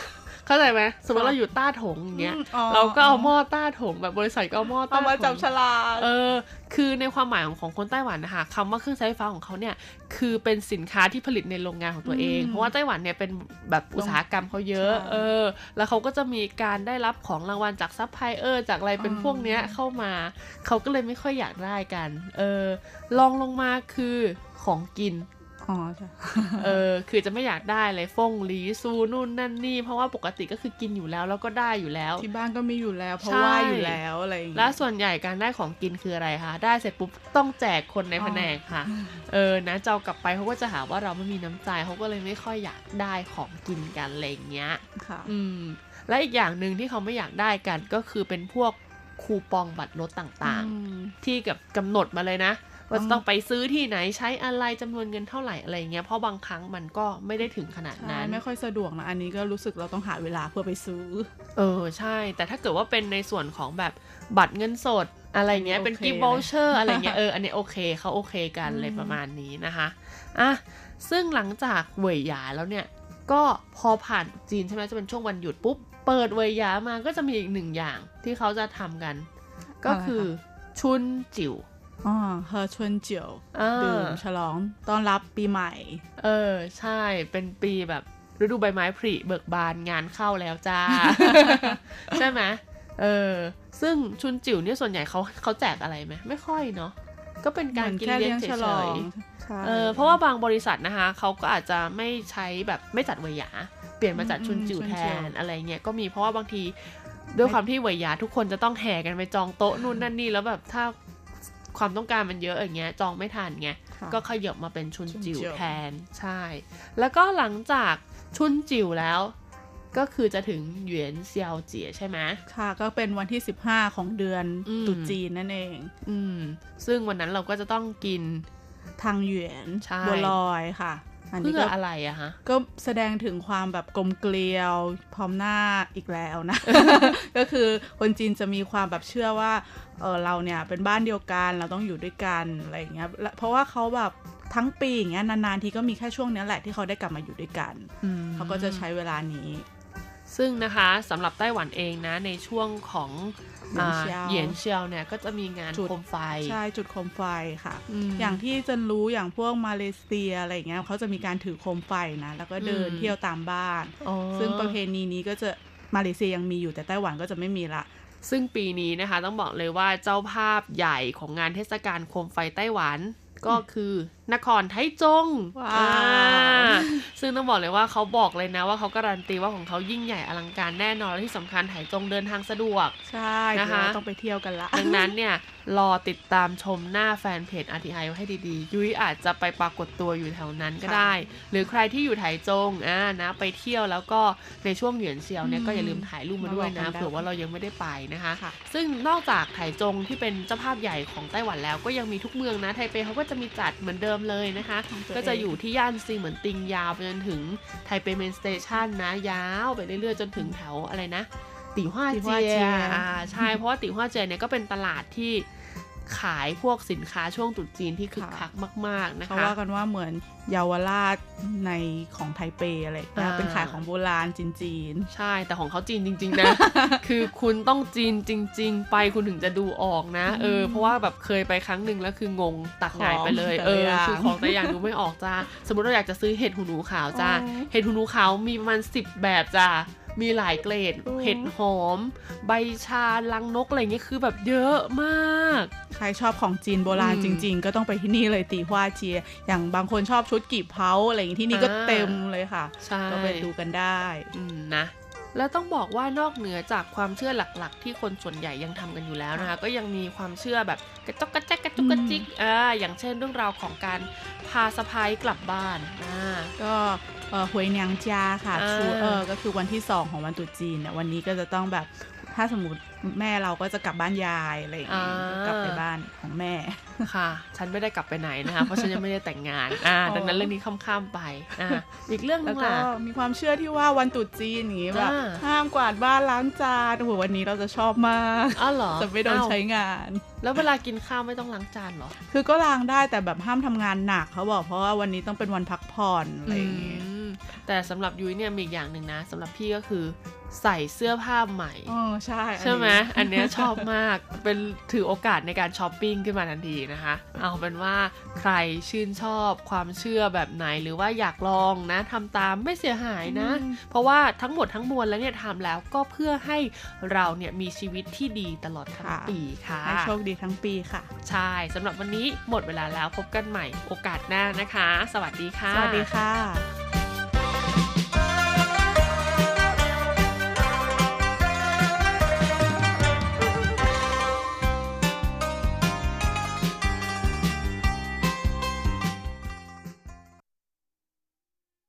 เข้าใจไหมสมมติเราอยู่ต้าถงอย่างเงี้ยเราก็เอาหม้อต้าถงแบบบริษัทก็เอาหม้อต้าถงมาจับฉลากเออคือในความหมายของของคนไต้หวันนะคะคำว่าเครื่องใช้ไฟฟ้าของเขาเนี่ยคือเป็นสินค้าที่ผลิตในโรงงานของตัวเองเพราะว่าไต้หวันเนี่ยเป็นแบบอุตสาหกรรมเขาเยอะเออแล้วเขาก็จะมีการได้รับของรางวัลจากซัพพลายเออร์จากอะไรเป็นพวกเนี้ยเข้ามาเขาก็เลยไม่ค่อยอยากได้กันเออลองลงมาคือของกินอ๋อใช่เออคือจะไม่อยากได้เลยฟงหลีซูนู่นนั่นนี่เพราะว่าปกติก็คือกินอยู่แล้วแล้วก็ได้อยู่แล้วที่บ้านก็มีอยู่แล้วเพราะว่าอยู่แล้วอะไรอย่างเงี้ยแล้วส่วนใหญ่การได้ของกินคืออะไรคะได้เสร็จปุ๊บต้องแจกคนในแผนกค่ะเออนะเจ้ากลับไปเขาก็จะหาว่าเราไม่มีน้ำใจเขาก็เลยไม่ค่อยอยากได้ของกินกันอะไรอย่างเงี้ยค่ะอืมและอีกอย่างนึงที่เขาไม่อยากได้กันก็คือเป็นพวกคูปองบัตรลดต่างๆที่กับกำหนดมาเลยนะว่าจะต้องไปซื้อที่ไหนใช้อะไรจำนวนเงินเท่าไหร่อะไรเงี้ยเพราะบางครั้งมันก็ไม่ได้ถึงขนาดนั้นไม่ค่อยสะดวกนะอันนี้ก็รู้สึกเราต้องหาเวลาเพื่อไปซื้อเออใช่แต่ถ้าเกิดว่าเป็นในส่วนของแบบบัตรเงินสดอะไรเงี้ยเป็นกิฟต์วอลเชอร์อะไรเงี้ยเอออันนี้โอเคเขาโอเคกันเลยประมาณนี้นะคะอ่ะซึ่งหลังจากเว่ยหยาแล้วเนี่ยก็พอผ่านจีนใช่ไหมจะเป็นช่วงวันหยุดปุ๊บเปิดเว่ยหยามาก็จะมีอีกหนึ่งอย่างที่เขาจะทำกันก็คือชุนจิ๋วอ๋อเฮอชวนเจียวดื่มฉลองต้อนรับปีใหม่เออใช่เป็นปีแบบฤดูใบไม้ผลิเบิกบานงานเข้าแล้วจ้า ใช่ไหมเออซึ่งชุนจิ๋วเนี่ยส่วนใหญ่เขาเขาแจกอะไรไหมไม่ค่อยเนาะก็เป็นการกินเลี้ยงเฉยๆเออเพราะว่าบางบริษัทนะคะเขาก็อาจจะไม่ใช้แบบไม่จัดเว่ยหยาเปลี่ยนมาจัดชุนจิ๋วแทนอะไรเงี้ยก็มีเพราะว่าบางทีด้วยความที่เว่ยหยาทุกคนจะต้องแห่กันไปจองโต๊ะนู่นนั่นนี่แล้วแบบถ้าความต้องการมันเยอะอย่างเงี้ยจองไม่ทันไงก็ขยับมาเป็นชุนจิ๋วแทนใช่แล้วก็หลังจากชุนจิ๋วแล้วก็คือจะถึงหยวนเซียวเจี๋ยใช่ไหมค่ะก็เป็นวันที่สิบห้าของเดือนตรุษจีนนั่นเองอืมซึ่งวันนั้นเราก็จะต้องกินทางหยวนบัวลอยค่ะเพื่ออะไรอะฮะก็แสดงถึงความแบบกลมเกลียวพร้อมหน้าอีกแล้วนะ ก็คือคนจีนจะมีความแบบเชื่อว่าเออเราเนี่ยเป็นบ้านเดียวกันเราต้องอยู่ด้วยกันอะไรอย่างเงี้ยเพราะว่าเขาแบบทั้งปีอย่างเงี้ยนานๆทีก็มีแค่ช่วงนี้แหละที่เขาได้กลับมาอยู่ด้วยกันเขาก็จะใช้เวลานี้ซึ่งนะคะสำหรับไต้หวันเองนะในช่วงของเหยียนเชียวเนี่ยก็จะมีงานโคมไฟใช่จุดโคมไฟค่ะออย่างที่จันรู้อย่างพวกมาเลเซียอะไรอย่างเงี้ยเขาจะมีการถือโคมไฟนะแล้วก็เดินเที่ยวตามบ้านซึ่งประเพณีนี้ก็จะมาเลเซียยังมีอยู่แต่ไต้หวันก็จะไม่มีละซึ่งปีนี้นะคะต้องบอกเลยว่าเจ้าภาพใหญ่ของงานเทศกาลโคมไฟไต้หวันก็คือนครไทจงซึ่งต้องบอกเลยว่าเขาบอกเลยนะว่าเขาการันตีว่าของเขายิ่งใหญ่อลังการแน่นอนและที่สำคัญไทจงเดินทางสะดวกใช่นะคะต้องไปเที่ยวกันละดังนั้นเนี่ยรอติดตามชมหน้าแฟนเพจ อาร์ ที ไอ ไว้ให้ดีๆยุ้ยอาจจะไปปรากฏตัวอยู่แถวนั้นก็ได้หรือใครที่อยู่ไทจงอ่านะไปเที่ยวแล้วก็ในช่วงเหยียนเซียวเนี่ยก็อย่าลืมถ่ายรูปมาด้วยนะเผื่อว่าเรายังไม่ได้ไปนะคะซึ่งนอกจากไทจงที่เป็นเจ้าภาพใหญ่ของไต้หวันแล้วก็ยังมีทุกเมืองนะไทเปเขาก็จะมีจัดเหมือนเดิมเลยนะคะก็จะอยู่ที่ย่านซีเหมือนติงยาวไปจนถึงไทเปเมนสเตชันนะยาวไปเรื่อยๆจนถึงแถวอะไรนะติฮวาเจียอ่าใช่เพราะว่าติฮวาเจียเนี่ยก็เป็นตลาดที่ขายพวกสินค้าช่วงตรุษจีนที่คึกคักมากๆนะคะเขาว่ากันว่าเหมือนเยาวราชในของไทเปอะไรนะเป็นขายของโบราณจีนๆใช่แต่ของเขาจีนจริงๆนะ คือคุณต้องจีนจริงๆไปคุณถึงจะดูออกนะเออเพราะว่าแบบเคยไปครั้งหนึ่งแล้วคืองงตักหงายไปเลยเออคือของแต่อย่างดูไม่ออกจ้าสมมติเราอยากจะซื้อเห็ดหูหนูขาวจ้าเห็ดหูหนูขาวมีประมาณสิบแบบจ้ามีหลายเกรดเห็ดหอมใบชาลังนกอะไรเงี้ยคือแบบเยอะมากใครชอบของจีนโบราณจริงๆก็ต้องไปที่นี่เลยตีฮวาเจียอย่างบางคนชอบชุดกี่เผาอะไรอย่างที่นี่ก็เต็มเลยค่ะก็ไปดูกันได้นะแล้วต้องบอกว่านอกเหนือจากความเชื่อหลักๆที่คนส่วนใหญ่ยังทำกันอยู่แล้วนะคะก็ยังมีความเชื่อแบบกระจกกระแจกกระจุกกระจิกอ่าอย่างเช่นเรื่องราวของการพาสะพ้ายกลับบ้านอ่าก็เอ่อหวยเนียงจาค่ะชูเออก็คือวันที่สองของวันตรุษจีนเนี่ยวันนี้ก็จะต้องแบบถ้าสมมติแม่เราก็จะกลับบ้านยายอะไรอย่างเงี้ยกลับไปบ้านของแม่ค่ะฉันไม่ได้กลับไปไหนนะคะเพราะฉันยังไม่ได้แต่งงานอ่าดังนั้นเรื่องนี้ข้ามๆไปอ่าอีกเรื่องนึงล่ะมีความเชื่อที่ว่าวันตรุษจีนอย่างงี้แบบห้ามกวาดบ้านล้างจานโอ้โหวันนี้เราจะชอบมากอ้าวเหรอจะไม่โดนใช้งานแล้วเวลากินข้าวไม่ต้องล้างจานเหรอคือก็ล้างได้แต่แบบห้ามทำงานหนักเขาบอกเพราะว่าวันนี้ต้องเป็นวันพักผ่อนอะไรอย่างงี้แต่สำหรับยุ้ยเนี่ยมีอีกอย่างหนึ่งนะสำหรับพี่ก็คือใส่เสื้อผ้าใหม่อ๋อใช่ใช่ไหมอันเนี้ยชอบมากเป็นถือโอกาสในการช้อปปิ้งขึ้นมาทันทีนะคะเอาเป็นว่าใครชื่นชอบความเชื่อแบบไหนหรือว่าอยากลองนะทำตามไม่เสียหายนะเพราะว่าทั้งหมดทั้งมวลแล้วเนี่ยทำแล้วก็เพื่อให้เราเนี่ยมีชีวิตที่ดีตลอดทั้งปีค่ะให้โชคดีทั้งปีค่ะใช่สำหรับวันนี้หมดเวลาแล้วพบกันใหม่โอกาสหน้านะคะสวัสดีค่ะสวัสดีค่ะ